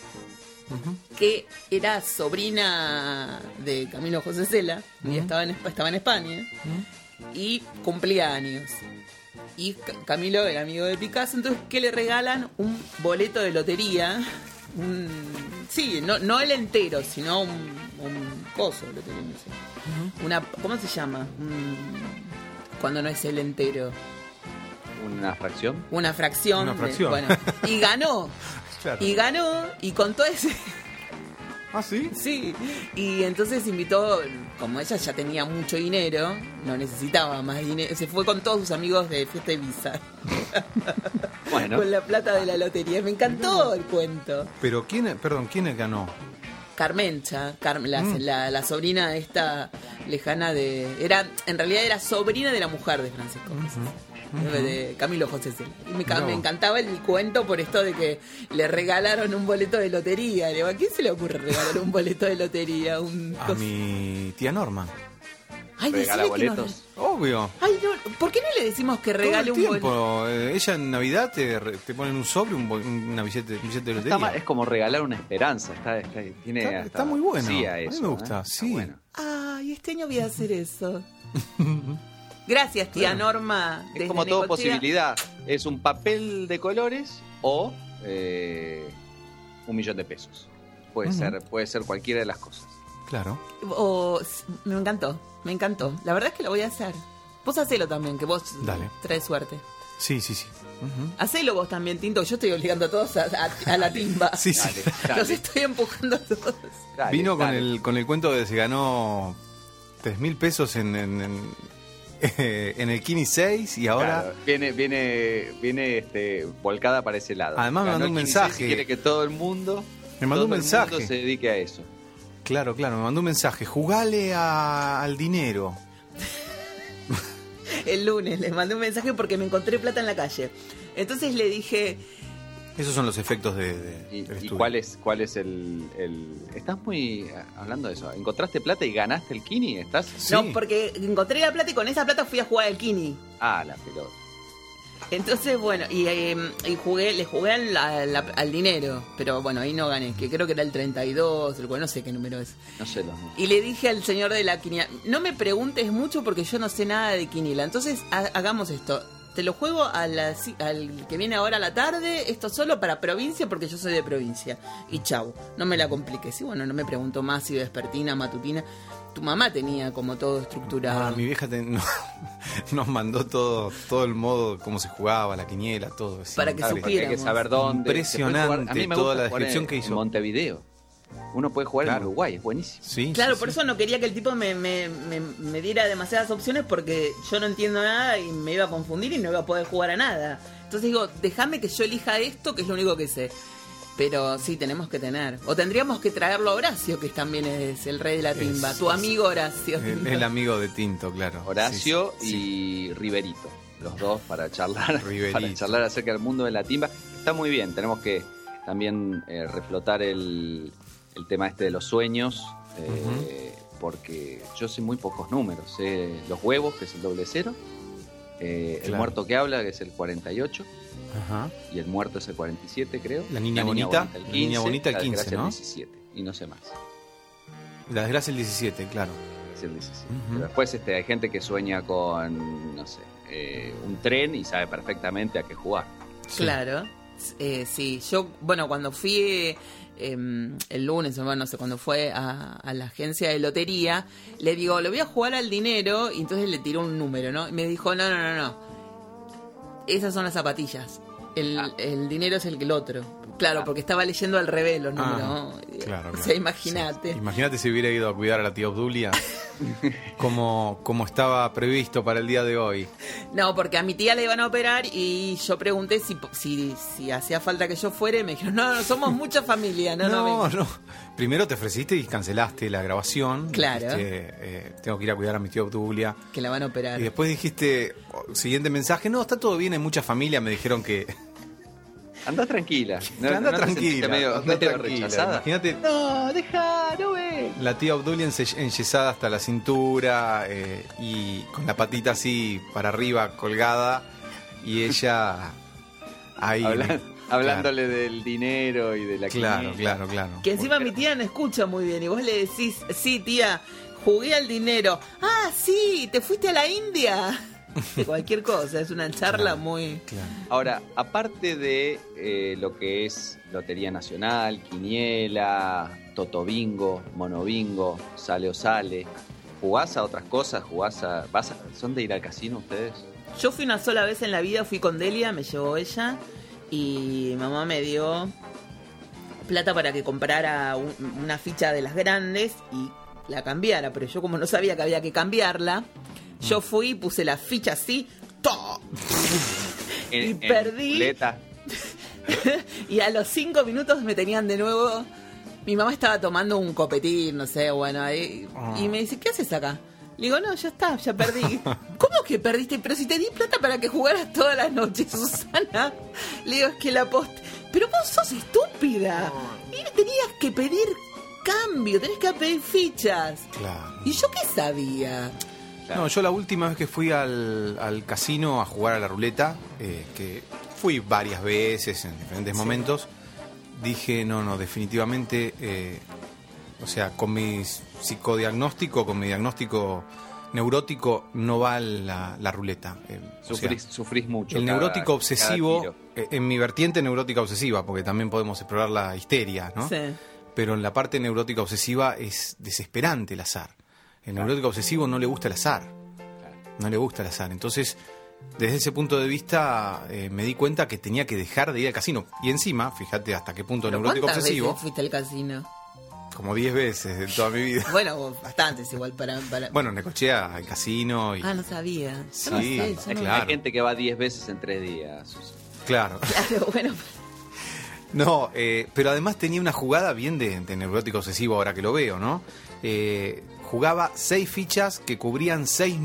Speaker 2: que era sobrina de Camilo José Cela, y estaba en España, y cumplía años. Y Camilo era amigo de Picasso, entonces que le regalan un boleto de lotería. Sí, no el entero, sino un coso, lotería, no sé. ¿Cómo se llama? Cuando no es el entero.
Speaker 1: ¿Una fracción?
Speaker 2: Una fracción.
Speaker 5: Una fracción.
Speaker 2: Bueno, y ganó.
Speaker 5: Claro.
Speaker 2: Y ganó, y con todo ese...
Speaker 5: ¿Ah, sí?
Speaker 2: Sí, y entonces invitó, como ella ya tenía mucho dinero, no necesitaba más dinero, se fue con todos sus amigos de Fiesta Ibiza.
Speaker 1: Bueno.
Speaker 2: Con la plata de la lotería. Me encantó el cuento.
Speaker 5: Pero ¿quién ganó?
Speaker 2: Carmencha, la sobrina esta lejana en realidad era sobrina de la mujer de Francisco de Camilo José Cela. Y me encantaba el cuento por esto de que le regalaron un boleto de lotería. Le digo, ¿a quién se le ocurre regalar un boleto de lotería?
Speaker 5: A mi tía Norma.
Speaker 2: Ay,
Speaker 1: ¿Regala
Speaker 2: decime que
Speaker 1: boletos?
Speaker 5: Obvio.
Speaker 2: Ay, no, ¿por qué no le decimos que regale
Speaker 5: Todo el
Speaker 2: un boleto?
Speaker 5: tiempo. Ella en Navidad te ponen un sobre, un billete de lotería.
Speaker 1: Es como regalar una esperanza.
Speaker 5: Está muy bueno.
Speaker 1: Sí,
Speaker 5: a mí me gusta, sí.
Speaker 1: Bueno.
Speaker 2: Ay, este año voy a hacer eso. Gracias, tía Norma.
Speaker 1: Es
Speaker 2: desde
Speaker 1: como todo
Speaker 2: Necochea.
Speaker 1: posibilidad. Es un papel de colores o $1 millón de pesos. Puede ser cualquiera de las cosas.
Speaker 5: Claro.
Speaker 2: Me encantó. La verdad es que lo voy a hacer. Vos hacelo también, que vos traes suerte.
Speaker 5: Sí.
Speaker 2: Hacelo vos también, Tinto. Yo estoy obligando a todos a la timba.
Speaker 5: Sí.
Speaker 1: Dale.
Speaker 2: Los estoy empujando a todos.
Speaker 5: Vino
Speaker 1: Dale.
Speaker 5: con el cuento de que se ganó 3.000 pesos en el Kini 6 y ahora...
Speaker 1: Claro, viene volcada para ese lado.
Speaker 5: Además me mandó un mensaje.
Speaker 1: Quiere que todo el mundo se dedique a eso.
Speaker 5: Claro, me mandó un mensaje. Jugale al dinero.
Speaker 2: El lunes les mandé un mensaje porque me encontré plata en la calle. Entonces le dije...
Speaker 5: Esos son los efectos del
Speaker 1: ¿Y
Speaker 5: estudio.
Speaker 1: cuál es el...? Estás muy... Hablando de eso. ¿Encontraste plata y ganaste el Kini? ¿Estás?
Speaker 5: Sí.
Speaker 2: No, porque encontré la plata y con esa plata fui a jugar al Kini.
Speaker 1: Ah, la pelota.
Speaker 2: Entonces, bueno, y le jugué al dinero, pero bueno, ahí no gané, que creo que era el 32, no sé qué número es.
Speaker 1: No sé los números.
Speaker 2: Y le dije al señor de la quiniela, no me preguntes mucho porque yo no sé nada de quiniela, entonces hagamos esto. Te lo juego al que viene ahora a la tarde, esto solo para provincia porque yo soy de provincia. Y chau, no me la compliques. Y bueno, no me preguntó más si vespertina, matutina. Tu mamá tenía como todo estructurado.
Speaker 5: Mi vieja nos mandó todo el modo, cómo se jugaba, la quiniela, todo.
Speaker 2: Para que
Speaker 1: Claro, porque hay que saber dónde.
Speaker 5: Impresionante
Speaker 1: A mí me
Speaker 5: toda
Speaker 1: gusta
Speaker 5: la
Speaker 1: jugar
Speaker 5: descripción
Speaker 1: en
Speaker 5: que hizo.
Speaker 1: Montevideo. Uno puede jugar en Uruguay, es buenísimo.
Speaker 5: Sí,
Speaker 2: Claro,
Speaker 5: sí,
Speaker 2: por
Speaker 5: sí.
Speaker 2: eso no quería que el tipo me diera demasiadas opciones porque yo no entiendo nada y me iba a confundir y no iba a poder jugar a nada. Entonces digo, déjame que yo elija esto, que es lo único que sé. Pero sí, tenemos que tener. O tendríamos que traerlo a Horacio, que también es el rey de la timba. Tu amigo Horacio.
Speaker 5: El amigo de Tinto, claro.
Speaker 1: Horacio
Speaker 5: Sí.
Speaker 1: y Riverito. Los dos para charlar.
Speaker 5: Riverito.
Speaker 1: Para charlar acerca del mundo de la timba. Está muy bien. Tenemos que también reflotar el tema de los sueños. Porque yo sé muy pocos números. Sé los huevos, que es el 00. El
Speaker 5: Claro.
Speaker 1: muerto que habla, que es el 48.
Speaker 5: Ajá.
Speaker 1: Y el muerto es el 47, creo.
Speaker 5: La niña bonita,
Speaker 1: el
Speaker 5: la niña bonita, el
Speaker 1: la
Speaker 5: 15,
Speaker 1: desgracia,
Speaker 5: ¿no?
Speaker 1: el 17. Y no sé más.
Speaker 5: La desgracia del 17, claro.
Speaker 1: Es el 17. Pero después hay gente que sueña con, no sé, un tren y sabe perfectamente a qué jugar.
Speaker 5: Sí.
Speaker 2: Claro. Sí, yo, bueno, cuando fui el lunes, bueno, no sé, cuando fue a la agencia de lotería, le digo, lo voy a jugar al dinero, y entonces le tiró un número, ¿no? Y me dijo, no. Esas son las zapatillas. El dinero es el otro. Claro, porque estaba leyendo al revés los números.
Speaker 5: Claro.
Speaker 2: O sea, imagínate.
Speaker 5: Sí. Imagínate si hubiera ido a cuidar a la tía Obdulia como estaba previsto para el día de hoy.
Speaker 2: No, porque a mi tía le iban a operar y yo pregunté si hacía falta que yo fuera y me dijeron, no, somos mucha familia. No.
Speaker 5: Primero te ofreciste y cancelaste la grabación.
Speaker 2: Claro.
Speaker 5: Dijiste, tengo que ir a cuidar a mi tía Obdulia.
Speaker 2: Que la van a operar.
Speaker 5: Y después dijiste, siguiente mensaje, no, está todo bien, hay mucha familia, me dijeron que...
Speaker 1: Anda tranquila.
Speaker 5: Anda
Speaker 1: te
Speaker 5: tranquila.
Speaker 1: sentiste medio
Speaker 5: Tranquila.
Speaker 1: rechazada?
Speaker 5: Imagínate
Speaker 1: No, deja, no ve.
Speaker 5: la tía Obdulia enyesada hasta la cintura y con la patita así para arriba colgada y ella ahí...
Speaker 1: Hablándole del dinero y de la
Speaker 5: Claro.
Speaker 2: Que encima mi tía no escucha muy bien y vos le decís, sí, tía, jugué al dinero. Ah, sí, te fuiste a la India. De cualquier cosa, es una charla muy...
Speaker 5: Claro.
Speaker 1: Ahora, aparte de lo que es Lotería Nacional, Quiniela, Totobingo, Monobingo, Sale o Sale, ¿jugás a otras cosas? ¿Son de ir al casino ustedes?
Speaker 2: Yo fui una sola vez en la vida, fui con Delia, me llevó ella y mamá me dio plata para que comprara una ficha de las grandes y la cambiara, pero yo como no sabía que había que cambiarla, yo fui y puse la ficha así, ¡to! Y perdí.
Speaker 1: Ruleta.
Speaker 2: Y a los 5 minutos me tenían de nuevo. Mi mamá estaba tomando un copetín, no sé, bueno, ahí. Y me dice, ¿qué haces acá? Le digo, no, ya está, ya perdí. ¿Cómo que perdiste? Pero si te di plata para que jugaras todas las noches, Susana. Le digo, es que la Pero vos sos estúpida. Y tenías que pedir cambio, tenés que pedir fichas.
Speaker 5: Claro.
Speaker 2: ¿Y yo qué sabía?
Speaker 1: Claro.
Speaker 5: No, yo la última vez que fui al casino a jugar a la ruleta, que fui varias veces en diferentes momentos, dije, no, definitivamente, o sea, con mi psicodiagnóstico, con mi diagnóstico neurótico, no va la ruleta.
Speaker 1: Sufrís mucho.
Speaker 5: El neurótico obsesivo,
Speaker 1: cada tiro.
Speaker 5: en mi vertiente neurótica obsesiva, porque también podemos explorar la histeria, ¿no?
Speaker 2: Sí.
Speaker 5: Pero en la parte neurótica obsesiva es desesperante el azar. El neurótico obsesivo no le gusta el azar. No le gusta el azar. Entonces, desde ese punto de vista, me di cuenta que tenía que dejar de ir al casino. Y encima, fíjate hasta qué punto el neurótico
Speaker 2: ¿Cuántas
Speaker 5: obsesivo...
Speaker 2: veces fuiste al casino?
Speaker 5: Como 10 veces en toda mi vida.
Speaker 2: Bueno, bastantes igual para...
Speaker 5: Bueno, Necochea, al casino y...
Speaker 2: Ah, no sabía. Yo
Speaker 5: Sí,
Speaker 2: no sé, yo no-
Speaker 5: claro.
Speaker 1: Hay gente que va 10 veces en 3 días. Susana.
Speaker 5: Claro.
Speaker 2: Claro, bueno.
Speaker 5: No, pero además tenía una jugada bien de neurótico obsesivo ahora que lo veo, ¿no? Jugaba 6 fichas que cubrían 6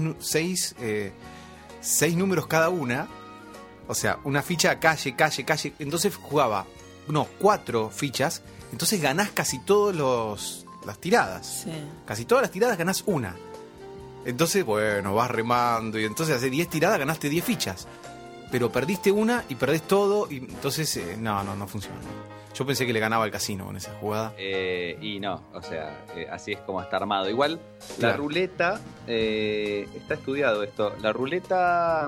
Speaker 5: números cada una. O sea, una ficha calle. Entonces jugaba, 4 fichas. Entonces ganás casi todas las tiradas.
Speaker 2: Sí.
Speaker 5: Casi todas las tiradas ganás una. Entonces, bueno, vas remando. Y entonces hace 10 tiradas ganaste 10 fichas. Pero perdiste una y perdés todo. Y entonces, no funciona. Yo pensé que le ganaba al casino con esa jugada.
Speaker 1: Y no, o sea, así es como está armado. Igual, la
Speaker 5: Claro.
Speaker 1: ruleta, está estudiado esto. La ruleta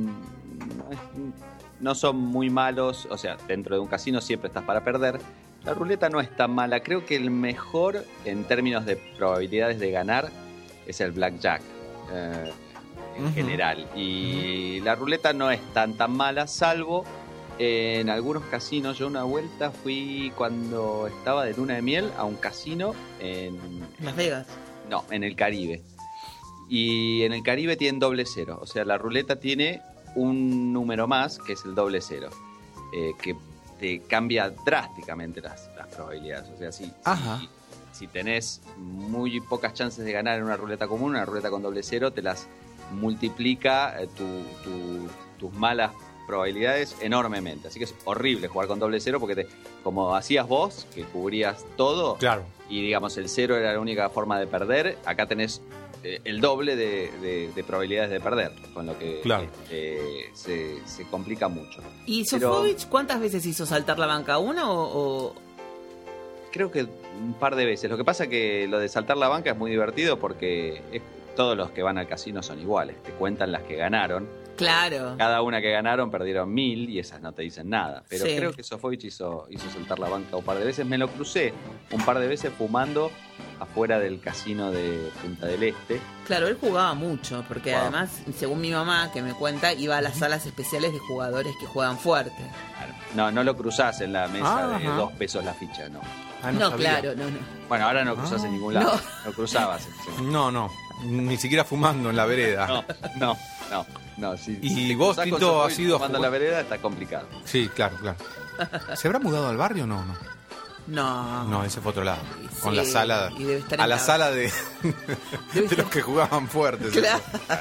Speaker 1: no son muy malos, o sea, dentro de un casino siempre estás para perder. La ruleta no es tan mala. Creo que el mejor en términos de probabilidades de ganar es el blackjack en general. Y la ruleta no es tan mala, salvo en algunos casinos. Yo una vuelta fui cuando estaba de luna de miel a un casino en
Speaker 2: Las Vegas.
Speaker 1: no, en el Caribe. Y en el Caribe tienen 0. O sea, la ruleta tiene un número más, que es el 0, que te cambia drásticamente las probabilidades. O sea, si tenés muy pocas chances de ganar en una ruleta común, una ruleta con 0 te las multiplica tus malas probabilidades enormemente. Así que es horrible jugar con 0 porque como hacías vos, que cubrías todo,
Speaker 5: Claro.
Speaker 1: y digamos el 0 era la única forma de perder, acá tenés el doble de probabilidades de perder, con lo que
Speaker 5: Claro.
Speaker 1: se complica mucho.
Speaker 2: ¿Y
Speaker 1: Pero-
Speaker 2: Sofovich cuántas veces hizo saltar la banca? ¿Una o...?
Speaker 1: creo que un par de veces. Lo que pasa que lo de saltar la banca es muy divertido porque todos los que van al casino son iguales. Te cuentan las que ganaron.
Speaker 2: Claro.
Speaker 1: Cada una que ganaron perdieron 1000 y esas no te dicen nada. Pero
Speaker 2: Sí.
Speaker 1: creo que Sofovich hizo saltar la banca un par de veces. Me lo crucé un par de veces fumando afuera del casino de Punta del Este.
Speaker 2: Claro, él jugaba mucho, porque
Speaker 1: Wow.
Speaker 2: además, según mi mamá, que me cuenta, iba a las salas especiales de jugadores que juegan fuerte.
Speaker 1: No lo cruzás en la mesa de
Speaker 5: Ajá.
Speaker 1: 2 pesos la ficha, no.
Speaker 5: Ah,
Speaker 2: No,
Speaker 5: sabía.
Speaker 2: claro, no.
Speaker 1: Bueno, ahora no cruzás en ningún lado. No cruzabas.
Speaker 5: No, ni siquiera fumando en la vereda.
Speaker 1: No. Si
Speaker 5: ¿Y
Speaker 1: te
Speaker 5: vos,
Speaker 1: cruzás con
Speaker 5: Tito,
Speaker 1: Sofovich
Speaker 5: has ido a
Speaker 1: fumando en la vereda está complicado.
Speaker 5: Sí, claro. ¿Se habrá mudado al barrio o no? No, ese fue otro lado.
Speaker 2: Sí,
Speaker 5: Con la sala.
Speaker 2: y debe estar
Speaker 5: A
Speaker 2: en
Speaker 5: la
Speaker 2: la-
Speaker 5: sala de,
Speaker 2: Debe
Speaker 5: de
Speaker 2: estar-
Speaker 5: los que jugaban fuertes.
Speaker 2: Claro.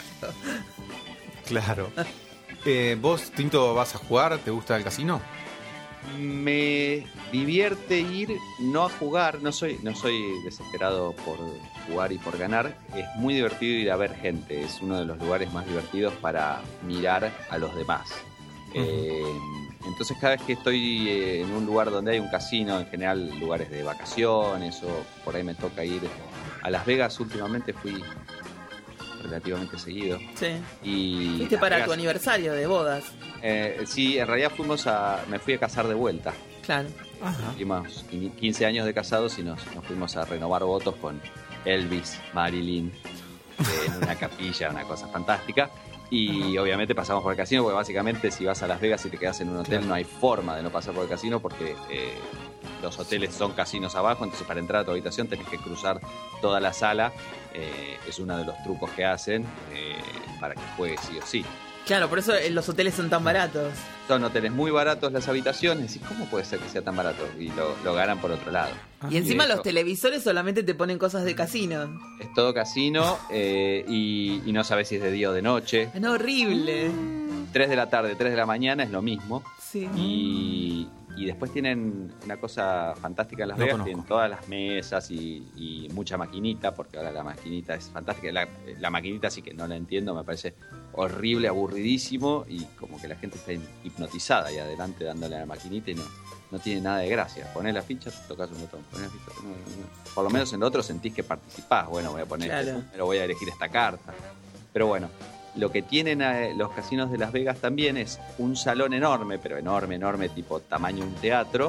Speaker 5: Claro. ¿Vos, Tinto, vas a jugar? ¿Te gusta el casino?
Speaker 1: Me divierte ir no a jugar, no soy desesperado por jugar y por ganar. Es muy divertido ir a ver gente, es uno de los lugares más divertidos para mirar a los demás. Entonces cada vez que estoy en un lugar donde hay un casino, en general lugares de vacaciones o por ahí me toca ir a Las Vegas, últimamente fui relativamente seguido.
Speaker 2: Sí.
Speaker 1: Y
Speaker 2: Fuiste
Speaker 1: Las
Speaker 2: para
Speaker 1: Vegas-
Speaker 2: tu aniversario de bodas.
Speaker 1: Sí, en realidad me fui a casar de vuelta.
Speaker 2: Claro.
Speaker 1: Tuvimos 15 años de casados y nos fuimos a renovar votos con Elvis, Marilyn, en una capilla, una cosa fantástica. Y obviamente pasamos por el casino, porque básicamente si vas a Las Vegas y te quedas en un hotel no hay forma de no pasar por el casino porque los hoteles son casinos abajo, entonces para entrar a tu habitación tenés que cruzar toda la sala. Es uno de los trucos que hacen para que juegues sí o sí.
Speaker 2: Claro, por eso los hoteles son tan baratos.
Speaker 1: Son hoteles muy baratos las habitaciones. ¿Y cómo puede ser que sea tan barato? Y lo ganan por otro lado.
Speaker 2: Y encima
Speaker 1: de hecho-
Speaker 2: los televisores solamente te ponen cosas de casino.
Speaker 1: Es todo casino y no sabes si es de día o de noche.
Speaker 2: Es horrible.
Speaker 1: 3 de la tarde, 3 de la mañana es lo mismo.
Speaker 2: Sí.
Speaker 1: Y después tienen una cosa fantástica en Las
Speaker 5: No
Speaker 1: Vegas.
Speaker 5: conozco.
Speaker 1: Tienen todas las mesas y mucha maquinita, porque ahora la maquinita es fantástica. La maquinita sí que no la entiendo, me parece horrible, aburridísimo y como que la gente está hipnotizada ahí adelante dándole a la maquinita y no tiene nada de gracia. Ponés la ficha, tocas un botón. Ponés la ficha, por lo menos en lo otro sentís que participás. Bueno, voy a poner este
Speaker 2: Claro.
Speaker 1: número, voy a elegir esta carta. Pero bueno, lo que tienen los casinos de Las Vegas también es un salón enorme, pero enorme, tipo tamaño un teatro,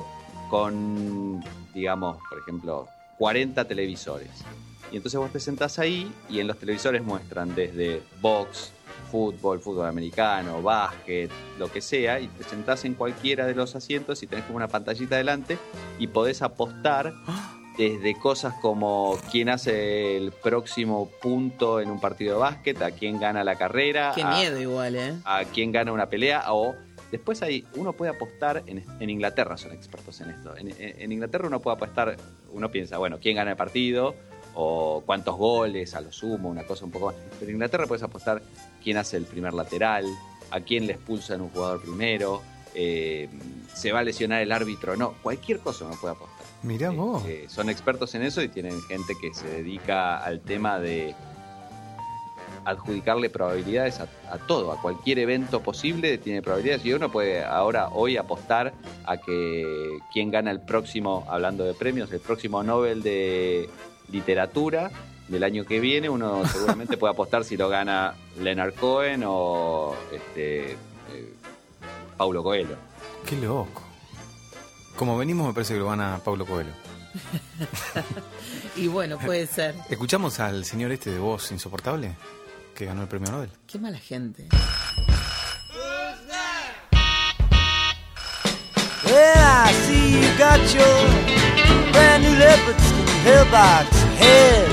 Speaker 1: con, digamos, por ejemplo, 40 televisores. Y entonces vos te sentás ahí y en los televisores muestran desde box, fútbol americano, básquet, lo que sea, y te sentás en cualquiera de los asientos y tenés como una pantallita adelante y podés apostar desde cosas como quién hace el próximo punto en un partido de básquet, a quién gana la carrera,
Speaker 2: Qué miedo igual,
Speaker 1: a quién gana una pelea, o después uno puede apostar, en Inglaterra son expertos en esto, en Inglaterra uno puede apostar, uno piensa, bueno, quién gana el partido, o cuántos goles, a lo sumo, una cosa un poco más, pero en Inglaterra puedes apostar quién hace el primer lateral, a quién le expulsan un jugador primero, se va a lesionar el árbitro, no, cualquier cosa uno puede apostar.
Speaker 5: Mirá vos.
Speaker 1: Son expertos en eso y tienen gente que se dedica al tema de adjudicarle probabilidades a todo, a cualquier evento posible tiene probabilidades y uno puede hoy apostar a que quién gana el próximo, hablando de premios, el próximo Nobel de literatura del año que viene, uno seguramente puede apostar si lo gana Leonard Cohen o Paulo Coelho.
Speaker 5: Qué loco. Como venimos, me parece que lo gana Paulo Coelho.
Speaker 2: Y bueno, puede ser.
Speaker 5: ¿Escuchamos al señor este de voz insoportable que ganó el premio Nobel?
Speaker 2: Qué mala gente.
Speaker 8: Well, I see you got your brand new leopard skin pillbox head.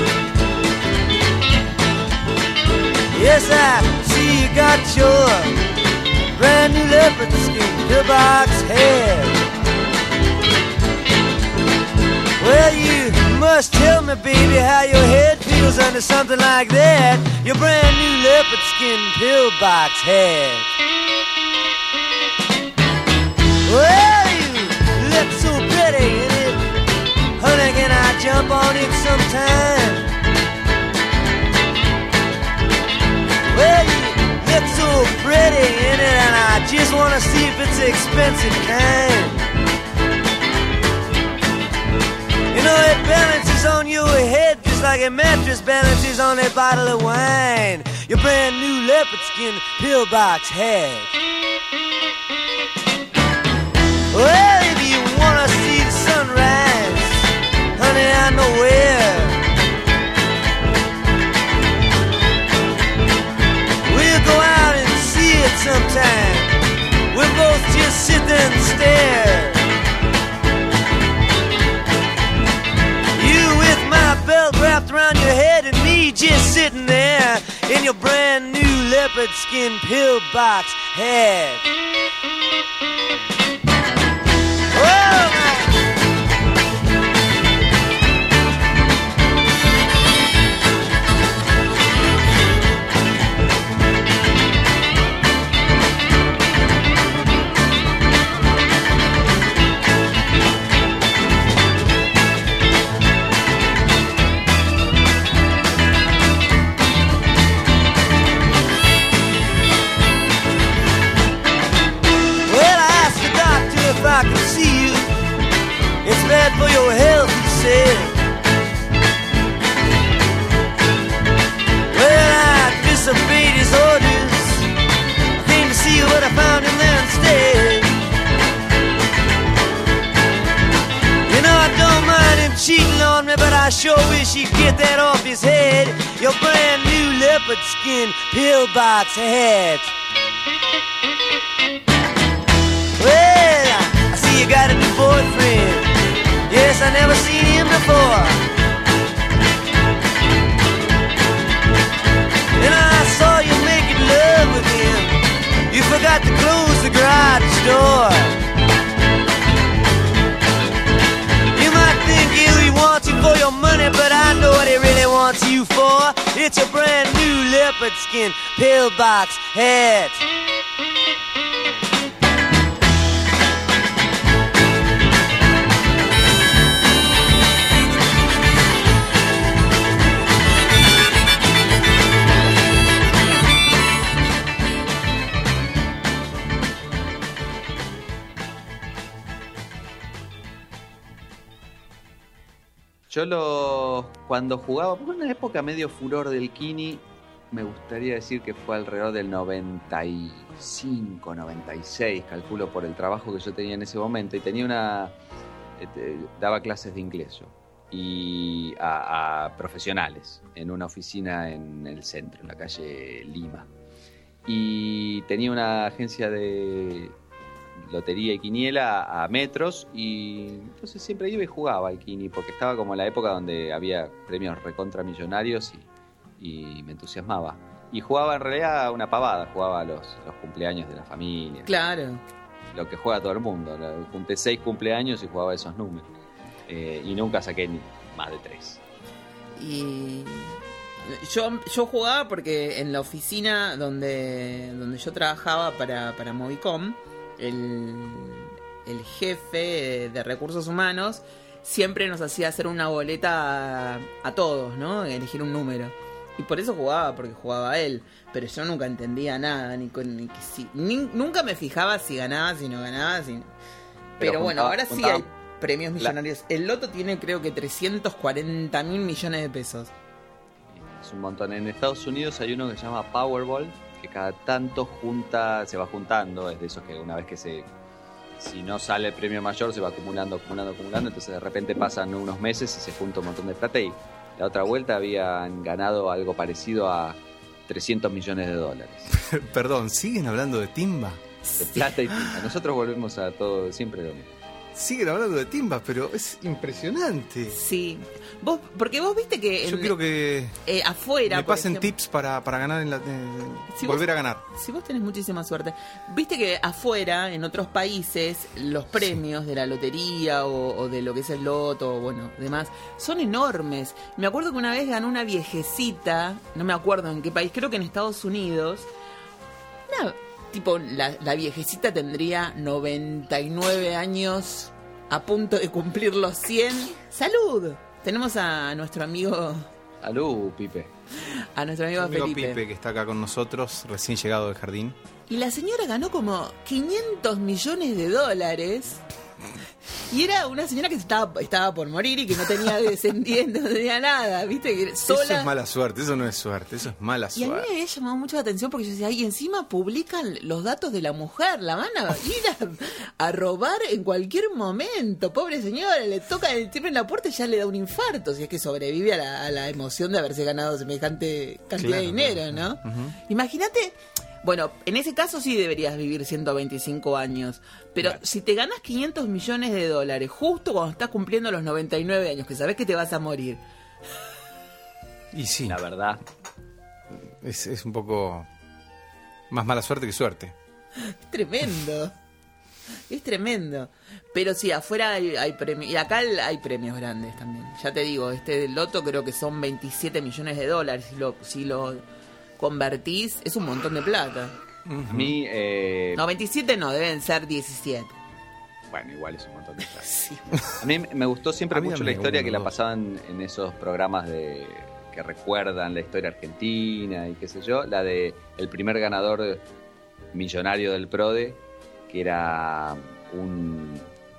Speaker 8: Yes, I see you got your brand new leopard skin pillbox head. Well, you must tell me, baby, how your head feels under something like that. Your brand new leopard skin pillbox head. Well, you look so pretty in it. Honey, can I jump on it sometime? Well, you look so pretty in it, and I just wanna see if it's expensive kind. You know it balances on your head just like a mattress balances on a bottle of wine. Your brand new leopard skin pillbox hat. Well, if you wanna see the sunrise, honey, I know where. We'll go out and see it sometime. We'll both just sit there and stare. You with my belt wrapped around your head and me just sitting there in your brand new leopard skin pillbox hat. Oh, I can see you. It's bad for your health, he said. Well, I disobeyed his orders. I came to see you, but I found him there instead. You know, I don't mind him cheating on me, but I sure wish he'd get that off his head. Your brand new leopard skin pillbox hat. Well, I see you got a new boyfriend. Yes, I never seen him before. And I saw you making love with him. You forgot to close the garage door. You might think he wants you for your money, but I know what he really wants you for. It's a brand new leopard skin pillbox hat.
Speaker 1: Yo cuando jugaba, por una época medio furor del Kini, me gustaría decir que fue alrededor del 95, 96, calculo por el trabajo que yo tenía en ese momento, y tenía daba clases de inglés yo, y a profesionales en una oficina en el centro, en la calle Lima, y tenía una agencia de lotería y quiniela a metros, y entonces siempre iba y jugaba al Kini porque estaba como en la época donde había premios recontra millonarios y me entusiasmaba, y jugaba en realidad una pavada, jugaba los cumpleaños de la familia,
Speaker 2: claro,
Speaker 1: lo que juega todo el mundo. Junté 6 cumpleaños y jugaba esos números, y nunca saqué ni más de 3.
Speaker 2: Y yo jugaba porque en la oficina donde yo trabajaba para Movicom, el jefe de recursos humanos siempre nos hacía hacer una boleta a todos, ¿no? Elegir un número. Y por eso jugaba, porque jugaba él. Pero yo nunca entendía nada, nunca me fijaba si ganaba, si no ganaba. Pero bueno, ahora sí hay premios millonarios. El loto tiene creo que 340 mil millones de pesos.
Speaker 1: Es un montón. En Estados Unidos hay uno que se llama Powerball, que cada tanto se va juntando. Es de esos que una vez que si no sale el premio mayor se va acumulando, entonces de repente pasan unos meses y se junta un montón de plata, y la otra vuelta habían ganado algo parecido a 300 millones de dólares.
Speaker 5: Perdón, ¿siguen hablando de timba?
Speaker 1: De plata y timba. Nosotros volvemos a todo siempre lo mismo.
Speaker 5: Siguen hablando de timba, pero es impresionante.
Speaker 2: Sí. Porque vos viste que...
Speaker 5: Yo quiero que
Speaker 2: afuera,
Speaker 5: me pasen tips para ganar volver a ganar.
Speaker 2: Si vos tenés muchísima suerte. Viste que afuera, en otros países, los premios de la lotería o de lo que es el loto, bueno, demás, son enormes. Me acuerdo que una vez ganó una viejecita, no me acuerdo en qué país, creo que en Estados Unidos, la viejecita tendría 99 años, a punto de cumplir los 100. ¡Salud! Tenemos a nuestro amigo...
Speaker 1: ¡Salud, Pipe!
Speaker 2: A nuestro amigo
Speaker 5: Pipe, que está acá con nosotros, recién llegado del jardín.
Speaker 2: Y la señora ganó como 500 millones de dólares. Y era una señora que estaba por morir y que no tenía descendientes, no tenía nada, ¿viste? Que sola.
Speaker 5: Eso es mala suerte, eso no es suerte, eso es mala
Speaker 2: Y a mí
Speaker 5: suerte.
Speaker 2: me había llamado mucho la atención porque yo decía, y encima publican los datos de la mujer, la van a ir a robar en cualquier momento. Pobre señora, le toca el timbre en la puerta y ya le da un infarto, si es que sobrevive a la emoción de haberse ganado semejante cantidad de dinero, ¿no?
Speaker 5: Ujú.
Speaker 2: Imagínate, bueno, en ese caso sí deberías vivir 125 años, pero
Speaker 5: Claro.
Speaker 2: si te ganas 500 millones de dólares justo cuando estás cumpliendo los 99 años, que sabes que te vas a morir,
Speaker 5: Y sí,
Speaker 1: La verdad.
Speaker 5: es un poco más mala suerte que suerte.
Speaker 2: es tremendo. Es tremendo. Pero sí, afuera hay premios. Y acá hay premios grandes también. Ya te digo, este del loto creo que son 27 millones de dólares. Si lo convertís, es un montón de plata.
Speaker 1: A mí,
Speaker 2: No, 27 no, deben ser 17.
Speaker 1: bueno, igual es un montón de plata.
Speaker 2: Sí.
Speaker 1: A mí me gustó siempre
Speaker 5: A mí
Speaker 1: mucho
Speaker 5: dame
Speaker 1: la historia
Speaker 5: uno,
Speaker 1: que la
Speaker 5: dos.
Speaker 1: pasaban en esos programas que recuerdan la historia argentina y qué sé yo. La de el primer ganador millonario del PRODE, que era un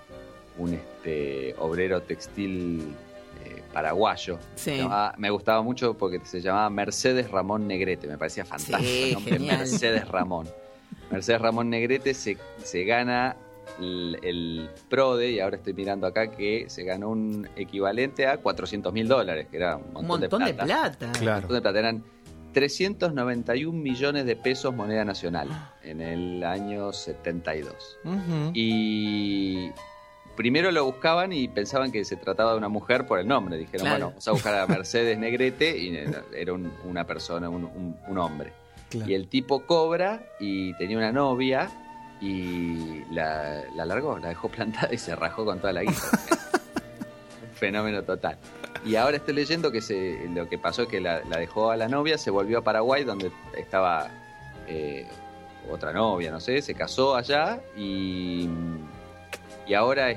Speaker 1: obrero textil paraguayo.
Speaker 2: Sí.
Speaker 1: Me gustaba mucho porque se llamaba Mercedes Ramón Negrete. Me parecía fantástico
Speaker 2: Sí,
Speaker 1: el nombre,
Speaker 2: genial.
Speaker 1: Mercedes Ramón. Mercedes Ramón Negrete se gana el PRODE, y ahora estoy mirando acá que se ganó un equivalente a $400.000, que era
Speaker 2: Un montón de plata.
Speaker 1: Un
Speaker 5: Claro.
Speaker 1: montón de plata. Eran 391 millones de pesos moneda nacional en el año 72.
Speaker 5: Ujú.
Speaker 1: Y primero lo buscaban y pensaban que se trataba de una mujer por el nombre. Dijeron,
Speaker 2: Claro.
Speaker 1: bueno, vamos a buscar a Mercedes Negrete, y era una persona, un hombre.
Speaker 5: Claro.
Speaker 1: Y el tipo cobra y tenía una novia y la largó, la dejó plantada y se rajó con toda la guita. Un fenómeno total. Y ahora estoy leyendo que lo que pasó es que la dejó a la novia, se volvió a Paraguay donde estaba otra novia, no sé, se casó allá y ahora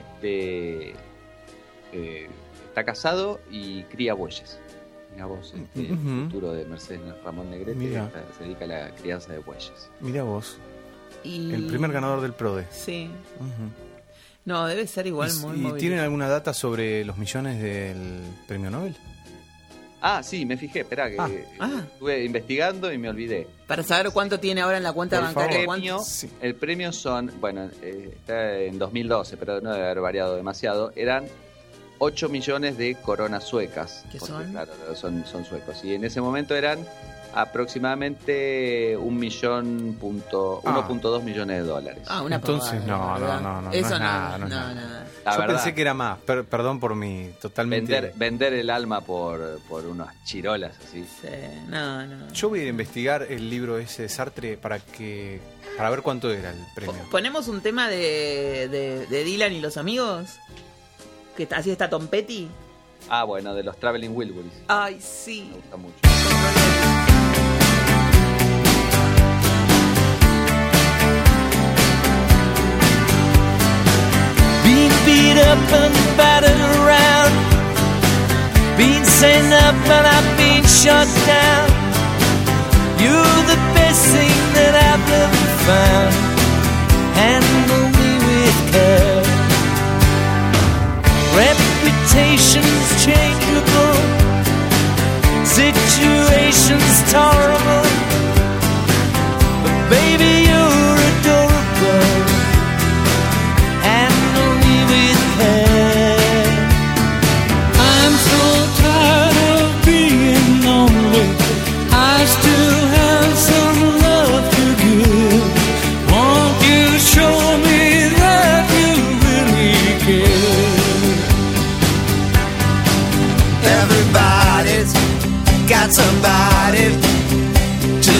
Speaker 1: está casado y cría bueyes. Mirá vos, el
Speaker 5: Ujú.
Speaker 1: futuro de Mercedes Ramón Negrete
Speaker 5: Mirá.
Speaker 1: se dedica a la crianza de bueyes.
Speaker 5: Mira vos,
Speaker 2: Y...
Speaker 5: el primer ganador del PRODE.
Speaker 2: Sí.
Speaker 5: Ujú.
Speaker 2: No, debe ser igual muy
Speaker 5: ¿Y
Speaker 2: móvil.
Speaker 5: tienen alguna data sobre los millones del premio Nobel?
Speaker 1: Ah, sí, me fijé, esperá, que
Speaker 2: Ah.
Speaker 1: estuve investigando y me olvidé.
Speaker 2: Para saber cuánto tiene ahora en la cuenta
Speaker 5: Por
Speaker 2: bancaria.
Speaker 5: favor.
Speaker 2: ¿Cuánto?
Speaker 5: Sí.
Speaker 1: El premio son, bueno, está en 2012, pero no debe haber variado demasiado. Eran 8 millones de coronas suecas.
Speaker 2: ¿Qué
Speaker 1: porque,
Speaker 2: son?
Speaker 1: Claro, son suecos. Y en ese momento eran aproximadamente 1.2 millones de dólares.
Speaker 2: Ah, una
Speaker 5: Entonces,
Speaker 2: pavada,
Speaker 5: no,
Speaker 2: ¿verdad?
Speaker 5: es
Speaker 2: Eso
Speaker 5: nada,
Speaker 2: no,
Speaker 5: no es
Speaker 2: no,
Speaker 5: nada.
Speaker 2: nada.
Speaker 1: La
Speaker 5: Yo
Speaker 1: verdad,
Speaker 5: pensé que era más, perdón por mi totalmente...
Speaker 1: vender el alma por unas chirolas así.
Speaker 2: Sí, no, no.
Speaker 5: Yo voy a ir a investigar el libro ese de Sartre para ver cuánto era el premio.
Speaker 2: ¿Ponemos un tema de Dylan y los amigos? Que así está Tom Petty.
Speaker 1: Ah, bueno, de los Traveling Wilburys.
Speaker 2: Ay, sí.
Speaker 1: Me gusta mucho.
Speaker 9: Been beat up and battered around, been sent up and I've been shut down. You're the best thing that I've ever found. Handle me with care. Reputation's changeable, situation's tolerable, but baby you're adorable. Handle me with care. I'm so tired of being lonely. I still have some love to give. Won't you show me that you really care?
Speaker 8: Everybody's got somebody to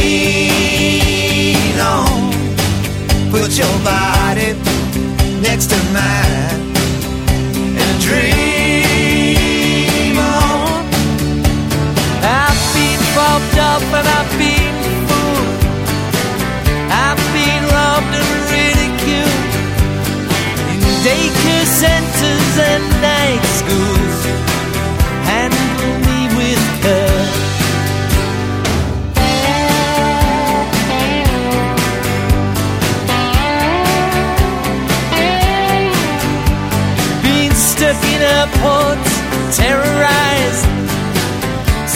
Speaker 8: lean on. Put your body next to mine and dream on.
Speaker 9: I've been propped up and I've been fooled. I've been robbed and ridiculed in daycare centers and night schools. Handle me with care.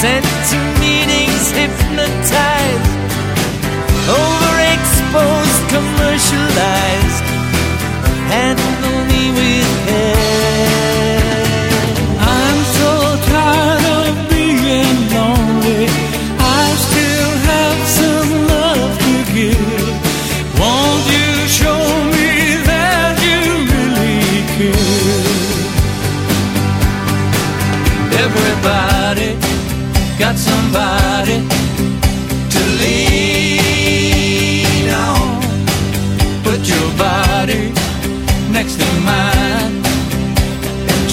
Speaker 9: sent to meetings hypnotized, overexposed, commercialized. Handle me with care. I'm so tired of being lonely. I still have some love to give. Won't you show me that you really care? Everybody got somebody to lean on. Put your body next to mine and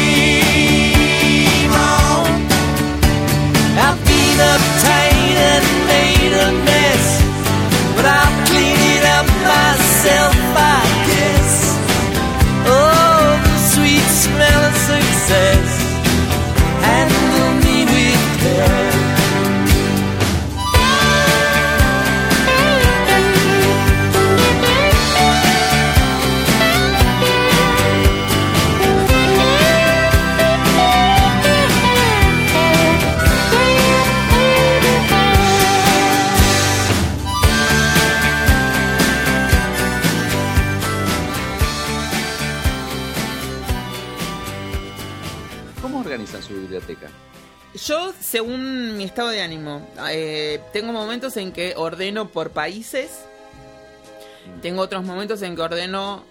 Speaker 9: dream on. I've been uptight and made a mess, but I'll clean it up myself, I guess. Oh, the sweet smell of success. Handle me with care.
Speaker 1: ¿Cómo organizan su biblioteca?
Speaker 2: Yo, según mi estado de ánimo, tengo momentos en que ordeno por países. Tengo otros momentos en que ordeno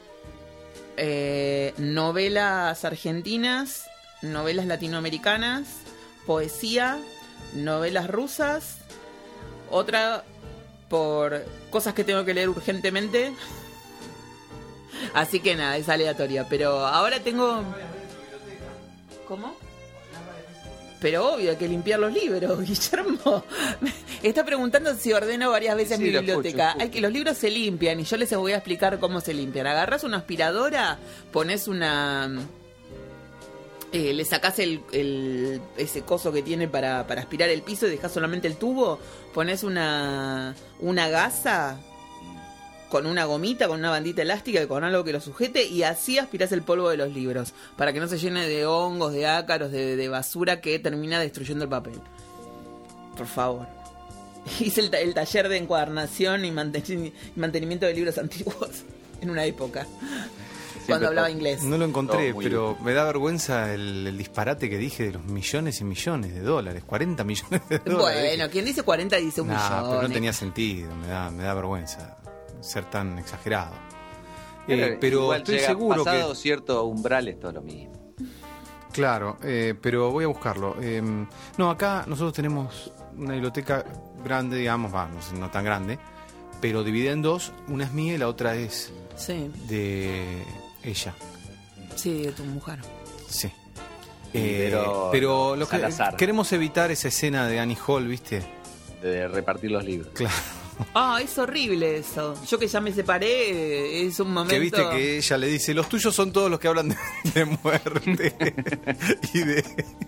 Speaker 2: novelas argentinas, novelas latinoamericanas, poesía, novelas rusas. Otra por cosas que tengo que leer urgentemente. Así que nada, es aleatoria. Pero ahora tengo... ¿Cómo? Pero obvio, hay que limpiar los libros, Guillermo. Está preguntando si ordeno varias veces
Speaker 1: Sí,
Speaker 2: mi
Speaker 1: lo
Speaker 2: biblioteca.
Speaker 1: escucho.
Speaker 2: Hay que los libros se limpian y yo les voy a explicar cómo se limpian. Agarrás una aspiradora, pones una... le sacás ese coso que tiene para aspirar el piso y dejás solamente el tubo. Pones una gasa con una gomita, con una bandita elástica y con algo que lo sujete, y así aspirás el polvo de los libros, para que no se llene de hongos, de ácaros, de basura que termina destruyendo el papel. Por favor. Hice el taller de encuadernación y mantenimiento de libros antiguos en una época, cuando hablaba inglés.
Speaker 5: No lo encontré,
Speaker 1: Todo muy
Speaker 5: pero
Speaker 1: útil.
Speaker 5: me da vergüenza el disparate que dije de los millones y millones de dólares. 40 millones de dólares.
Speaker 2: Bueno, quien dice 40 dice un millón.
Speaker 5: Pero no tenía sentido, me da vergüenza ser tan exagerado. Pero
Speaker 1: igual
Speaker 5: estoy
Speaker 1: llega
Speaker 5: seguro
Speaker 1: pasado
Speaker 5: que...
Speaker 1: cierto umbral es todo lo mismo.
Speaker 5: Claro, pero voy a buscarlo. No, acá nosotros tenemos una biblioteca grande, digamos, no tan grande, pero dividida en dos. Una es mía y la otra es
Speaker 2: Sí,
Speaker 5: de ella.
Speaker 2: sí, de tu mujer.
Speaker 5: Sí.
Speaker 1: Pero
Speaker 5: lo que
Speaker 1: Salazar.
Speaker 5: queremos evitar esa escena de Annie Hall, ¿viste?
Speaker 1: De repartir los libros.
Speaker 5: Claro.
Speaker 2: Ah, es horrible eso. Yo que ya me separé, es un momento...
Speaker 5: Que viste que ella le dice, los tuyos son todos los que hablan de muerte y de...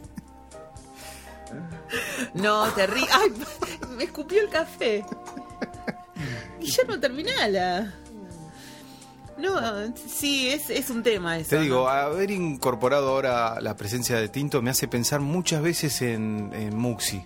Speaker 2: No, terrible. ¡Ay! Me escupió el café. Guillermo, terminala. No, sí, es un tema eso.
Speaker 5: Te digo,
Speaker 2: ¿no?
Speaker 5: haber incorporado ahora la presencia de Tinto me hace pensar muchas veces en Muxi.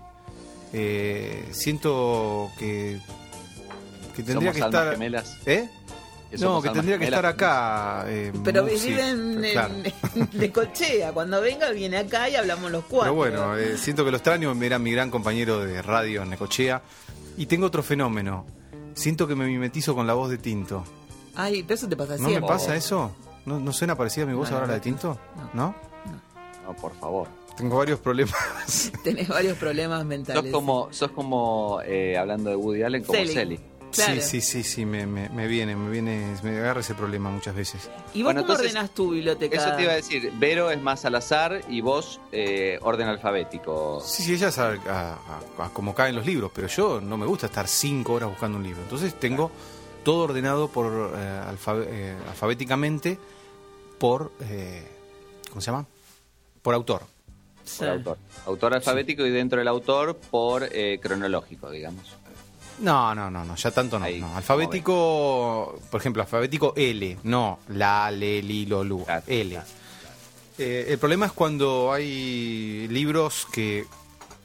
Speaker 5: Siento que tendría
Speaker 1: Somos
Speaker 5: que
Speaker 1: almas
Speaker 5: estar...
Speaker 1: gemelas.
Speaker 5: ¿Eh?
Speaker 1: Que
Speaker 5: No,
Speaker 1: somos
Speaker 5: que
Speaker 1: almas
Speaker 5: tendría que
Speaker 1: gemelas.
Speaker 5: estar acá.
Speaker 2: Pero
Speaker 5: Muxi,
Speaker 2: vive en
Speaker 5: claro.
Speaker 2: Necochea. Cuando venga, viene acá y hablamos los cuatro.
Speaker 5: Pero bueno, siento que lo extraño, era mi gran compañero de radio en Necochea. Y tengo otro fenómeno. Siento que me mimetizo con la voz de Tinto.
Speaker 2: Ay, pero eso te pasa
Speaker 5: ¿No me
Speaker 2: siempre.
Speaker 5: pasa eso? ¿No suena parecida mi voz
Speaker 2: No,
Speaker 5: ahora
Speaker 2: no,
Speaker 5: la de Tinto? ¿No?
Speaker 1: No, por favor.
Speaker 5: Tengo varios problemas.
Speaker 2: Tenés varios problemas
Speaker 1: Sos
Speaker 2: mentales.
Speaker 1: como hablando de Woody Allen, como
Speaker 2: Selig.
Speaker 1: Selig.
Speaker 2: Claro.
Speaker 5: Sí, me viene, me agarra ese problema muchas veces.
Speaker 2: ¿Y vos
Speaker 1: Bueno,
Speaker 2: cómo
Speaker 1: entonces,
Speaker 2: ordenás tu biblioteca?
Speaker 1: Eso te iba a decir. Vero es más al azar y vos orden alfabético.
Speaker 5: Sí, ella sabe a cómo caen los libros, pero yo no me gusta estar 5 horas buscando un libro. Entonces tengo todo ordenado por alfabéticamente por... ¿cómo se llama? Por autor.
Speaker 2: Sí.
Speaker 1: Por autor. Autor alfabético y dentro del autor por cronológico, digamos.
Speaker 5: No, ya tanto no.
Speaker 1: Ahí,
Speaker 5: No. Alfabético, por ejemplo, alfabético L, no la, le, li, lo, lu,
Speaker 1: Claro,
Speaker 5: L.
Speaker 1: claro.
Speaker 5: El problema es cuando hay libros que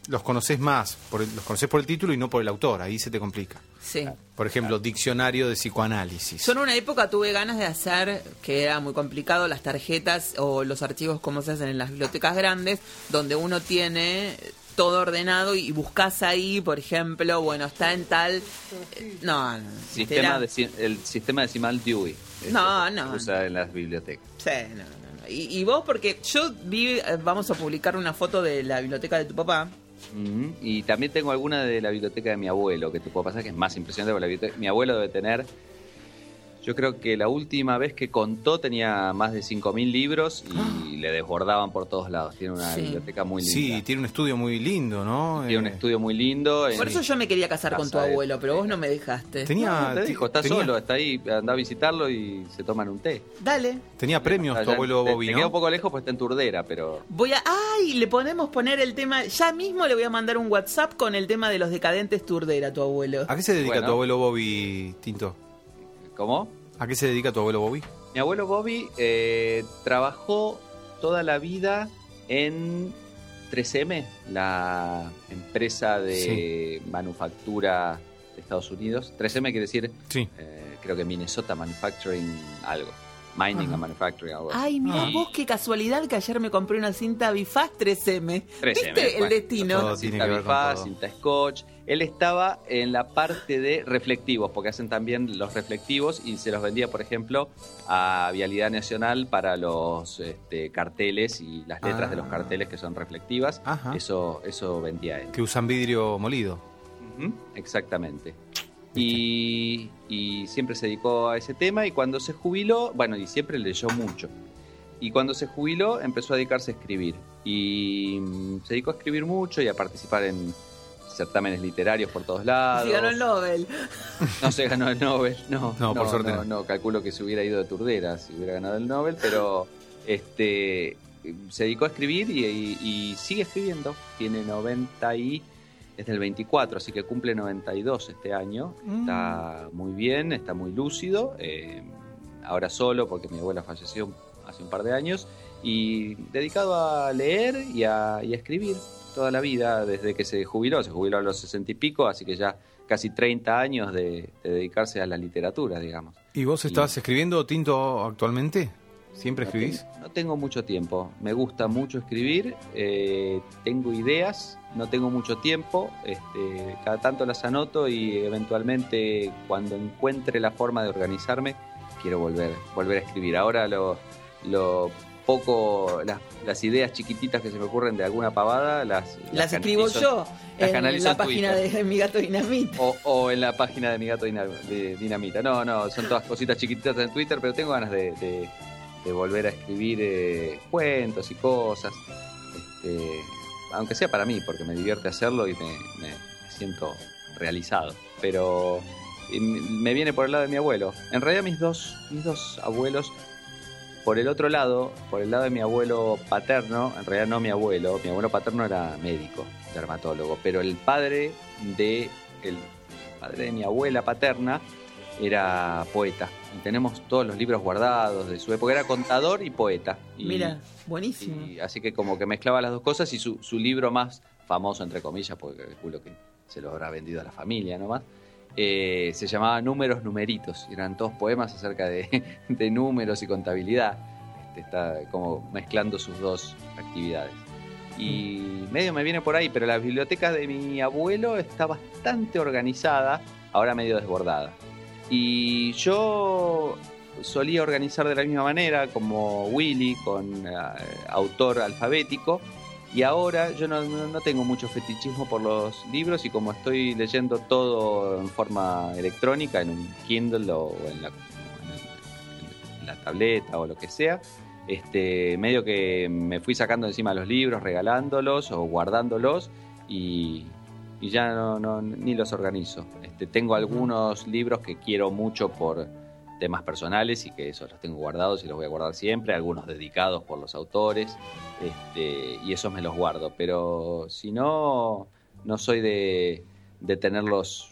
Speaker 5: los conoces más, los conoces por el título y no por el autor, ahí se te complica.
Speaker 2: Sí.
Speaker 5: Por ejemplo, Diccionario de Psicoanálisis.
Speaker 2: Yo en una época tuve ganas de hacer, que era muy complicado, las tarjetas o los archivos como se hacen en las bibliotecas grandes, donde uno tiene todo ordenado y buscas ahí, por ejemplo, bueno, está en tal... No.
Speaker 1: El sistema decimal Dewey.
Speaker 2: No.
Speaker 1: Se usa en las bibliotecas.
Speaker 2: Sí, no. Y vos, porque yo vi, vamos a publicar una foto de la biblioteca de tu papá.
Speaker 1: Y también tengo alguna de la biblioteca de mi abuelo, que te puedo pasar, que es más impresionante, porque mi abuelo debe tener, yo creo que la última vez que contó tenía más de 5.000 libros y le desbordaban por todos lados. Tiene una biblioteca muy linda.
Speaker 5: Sí, tiene un estudio muy lindo, ¿no?
Speaker 1: Tiene un estudio muy lindo.
Speaker 2: Por eso yo me quería casar con tu abuelo, pero vos no me dejaste.
Speaker 1: No, te dijo, está solo, está ahí, anda a visitarlo y se toman un té.
Speaker 2: Dale.
Speaker 5: Tenía premios tu abuelo Bobby,
Speaker 1: te
Speaker 5: ¿no?
Speaker 1: queda un poco lejos porque está en Turdera, pero...
Speaker 2: le podemos poner el tema, ya mismo le voy a mandar un WhatsApp con el tema de los decadentes Turdera a tu abuelo.
Speaker 5: ¿A qué se dedica tu abuelo Bobby, Tinto?
Speaker 1: ¿Cómo?
Speaker 5: ¿A qué se dedica tu abuelo Bobby?
Speaker 1: Mi abuelo Bobby trabajó toda la vida en 3M, la empresa de manufactura de Estados Unidos. 3M quiere decir, creo que Minnesota Manufacturing algo. Mining and Manufacturing, algo así.
Speaker 2: Ay, mira vos, qué casualidad que ayer me compré una cinta Bifaz 3M.
Speaker 1: 3M,
Speaker 2: ¿Viste el destino?
Speaker 1: Cinta Bifaz, cinta Scotch. Él estaba en la parte de reflectivos, porque hacen también los reflectivos y se los vendía, por ejemplo, a Vialidad Nacional para los carteles y las letras de los carteles que son reflectivas. Eso vendía él.
Speaker 5: Que usan vidrio molido.
Speaker 1: Exactamente. Y siempre se dedicó a ese tema, y cuando se jubiló, y siempre leyó mucho. Y cuando se jubiló empezó a dedicarse a escribir. Y se dedicó a escribir mucho y a participar en certámenes literarios por todos lados.
Speaker 2: Se ganó el Nobel.
Speaker 1: No se ganó el Nobel, no,
Speaker 5: por suerte
Speaker 1: no. Calculo que se hubiera ido de Turdera si hubiera ganado el Nobel, pero se dedicó a escribir y sigue escribiendo. Tiene 90 y... es del 24, así que cumple 92 este año. Está muy bien, está muy lúcido. Ahora solo, porque mi abuela falleció hace un par de años. Y dedicado a leer y a escribir toda la vida, desde que se jubiló. Se jubiló a los 60 y pico, así que ya casi 30 años de dedicarse a la literatura, digamos.
Speaker 5: ¿Y vos estás escribiendo, Tinto, actualmente? ¿Siempre escribís?
Speaker 1: No tengo mucho tiempo. Me gusta mucho escribir. Tengo ideas. No tengo mucho tiempo, cada tanto las anoto y eventualmente cuando encuentre la forma de organizarme quiero volver a escribir. Ahora las ideas chiquititas que se me ocurren de alguna pavada las
Speaker 2: escribo yo en la página
Speaker 1: Twitter.
Speaker 2: de Mi Gato Dinamita
Speaker 1: o en la página de Mi Gato Dinamita. No, son todas cositas chiquititas en Twitter, pero tengo ganas de volver a escribir cuentos y cosas. Aunque sea para mí, porque me divierte hacerlo y me siento realizado. Pero me viene por el lado de mi abuelo. En realidad mis dos abuelos, por el otro lado, por el lado de mi abuelo paterno, en realidad no mi abuelo paterno era médico, dermatólogo, pero el padre de mi abuela paterna era poeta. Y tenemos todos los libros guardados de su época. Era contador y poeta.
Speaker 2: Mira, buenísimo.
Speaker 1: Así que como que mezclaba las dos cosas, y su libro más famoso, entre comillas, porque calculo que se lo habrá vendido a la familia nomás, se llamaba Números Numeritos. Eran todos poemas acerca de números y contabilidad. Está como mezclando sus dos actividades. Y medio me viene por ahí, pero la biblioteca de mi abuelo está bastante organizada, ahora medio desbordada. Y yo solía organizar de la misma manera, como Willy, con autor alfabético. Y ahora yo no tengo mucho fetichismo por los libros, y como estoy leyendo todo en forma electrónica, en un Kindle o en la tableta o lo que sea, medio que me fui sacando encima los libros, regalándolos o guardándolos, y ya ni los organizo. Tengo algunos libros que quiero mucho por temas personales y que esos los tengo guardados y los voy a guardar siempre, algunos dedicados por los autores, y esos me los guardo, pero si no soy de tenerlos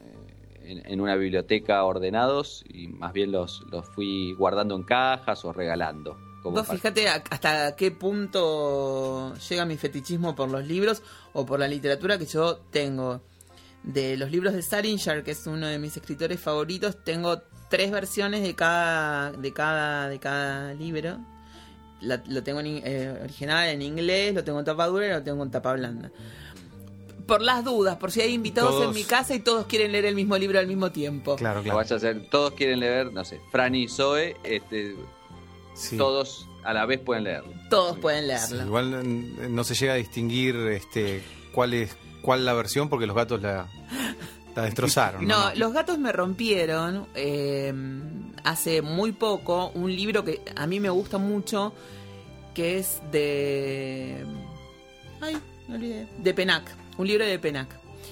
Speaker 1: en una biblioteca ordenados, y más bien los fui guardando en cajas o regalando,
Speaker 2: Vos fíjate hasta qué punto llega mi fetichismo por los libros o por la literatura que yo tengo. De los libros de Salinger, que es uno de mis escritores favoritos, tengo 3 versiones de cada libro. Lo tengo original en inglés, lo tengo en tapa dura y lo tengo en tapa blanda. Por las dudas, por si hay invitados en mi casa y todos quieren leer el mismo libro al mismo tiempo.
Speaker 5: Claro.
Speaker 1: No vaya a ser, todos quieren leer, no sé, Fran y Zoe,
Speaker 5: Sí.
Speaker 1: todos a la vez pueden leerlo.
Speaker 2: Todos pueden leerlo.
Speaker 5: Sí, igual no se llega a distinguir cuál la versión porque los gatos la destrozaron.
Speaker 2: No, los gatos me rompieron hace muy poco un libro que a mí me gusta mucho, que es de... Ay, me olvidé. De Penac, un libro de Penac.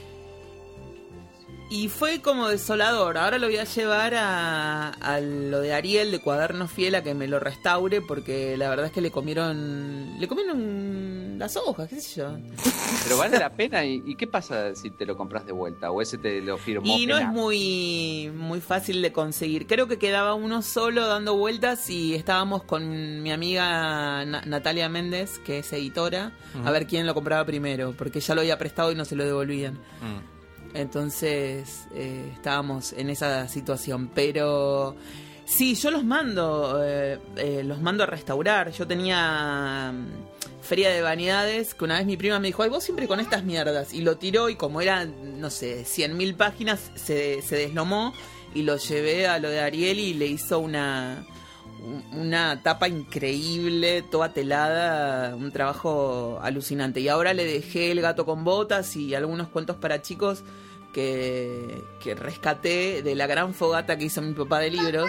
Speaker 2: Y fue como desolador. Ahora lo voy a llevar a lo de Ariel de Cuaderno Fiel a que me lo restaure, porque la verdad es que le comieron las hojas, qué sé yo.
Speaker 1: Pero vale la pena. ¿Y qué pasa si te lo compras de vuelta? ¿O ese te lo firmó
Speaker 2: Y no
Speaker 1: Penac?
Speaker 2: es muy fácil de conseguir. Creo que quedaba uno solo dando vueltas y estábamos con mi amiga Natalia Méndez, que es editora, a ver quién lo compraba primero, porque ya lo había prestado y no se lo devolvían. Entonces estábamos en esa situación. Pero sí, yo los mando a restaurar. Yo tenía Feria de Vanidades, que una vez mi prima me dijo, ay, vos siempre con estas mierdas. Y lo tiró y como eran, no sé, 100.000 páginas, se deslomó y lo llevé a lo de Ariel y le hizo una tapa increíble, toda telada, un trabajo alucinante. Y ahora le dejé El gato con botas y algunos cuentos para chicos que rescaté de la gran fogata que hizo mi papá de libros.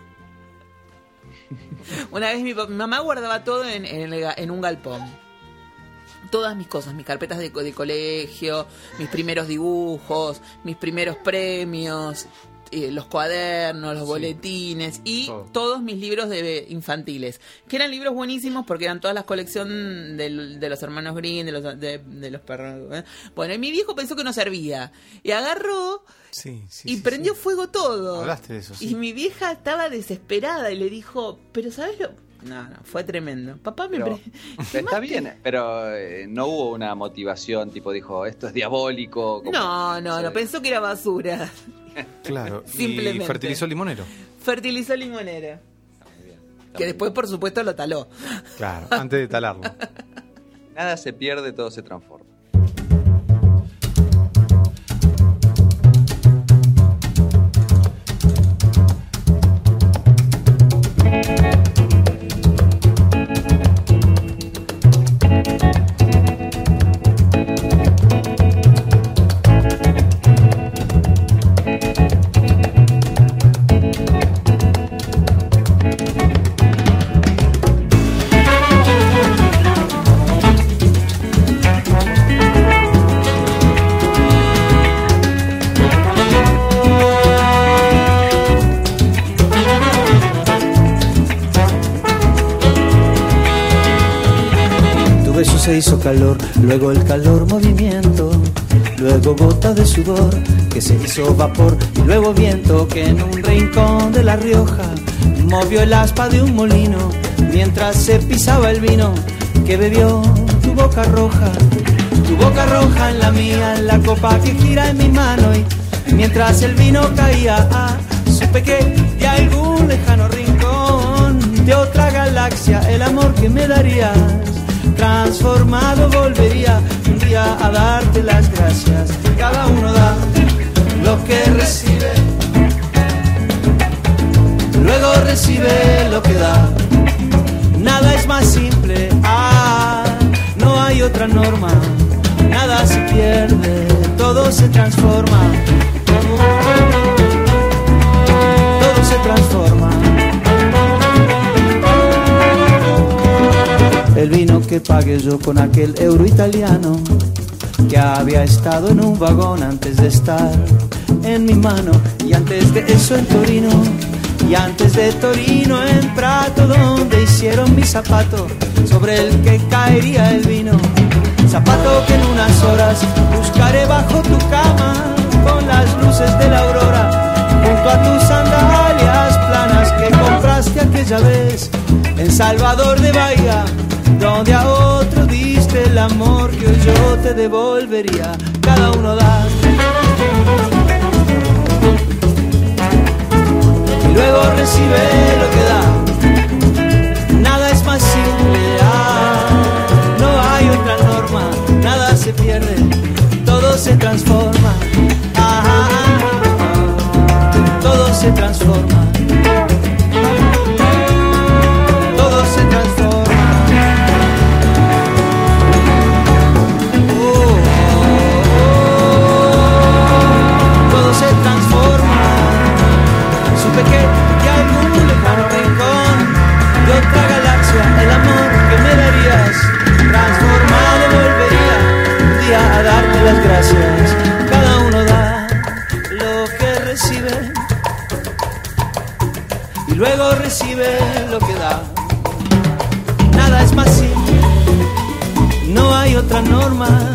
Speaker 2: Una vez mi mamá guardaba todo en un galpón. Todas mis cosas, mis carpetas de colegio, mis primeros dibujos, mis primeros premios, los cuadernos, los boletines y todos mis libros infantiles, que eran libros buenísimos porque eran todas las colecciones de los hermanos Grimm, de los perros. Bueno, y mi viejo pensó que no servía y agarró y prendió fuego todo.
Speaker 5: Hablaste de eso, sí.
Speaker 2: Y mi vieja estaba desesperada y le dijo, pero ¿sabes lo...? No, fue tremendo. Papá
Speaker 1: está bien, pero no hubo una motivación, tipo dijo, esto es diabólico.
Speaker 2: No, pensó que era basura.
Speaker 5: Claro,
Speaker 2: Simplemente.
Speaker 5: y fertilizó limonero.
Speaker 2: Fertilizó limonero. Que después, por supuesto, lo taló.
Speaker 5: Claro, antes de talarlo.
Speaker 1: Nada se pierde, todo se transforma.
Speaker 10: Se hizo calor, luego el calor movimiento, luego gota de sudor que se hizo vapor y luego viento que en un rincón de La Rioja movió el aspa de un molino mientras se pisaba el vino que bebió tu boca roja en la mía, en la copa que gira en mi mano y mientras el vino caía supe que de algún lejano rincón de otra galaxia el amor que me darías transformado volvería un día a darte las gracias. Cada uno da lo que recibe, luego recibe lo que da. Nada es más simple, no hay otra norma. Nada se pierde, todo se transforma. Todo se transforma. El vino que pagué yo con aquel euro italiano que había estado en un vagón antes de estar en mi mano, y antes de eso en Torino, y antes de Torino en Prato, donde hicieron mi zapato sobre el que caería el vino. Zapato que en unas horas buscaré bajo tu cama con las luces de la aurora, junto a tus sandalias planas que compraste aquella vez en Salvador de Bahía, donde a otro diste el amor que hoy yo te devolvería. Cada uno da y luego recibe lo que da. Nada es más simple, no hay otra norma. Nada se pierde, todo se transforma. Todo se transforma. Todo se transforma. Todo se transforma. Supe que de algún lejano rincón de otra galaxia el amor que me darías transformado volvería un día a darte las gracias. Cada uno da lo que recibe y luego recibe lo que da. Nada es más simple, no hay otra norma.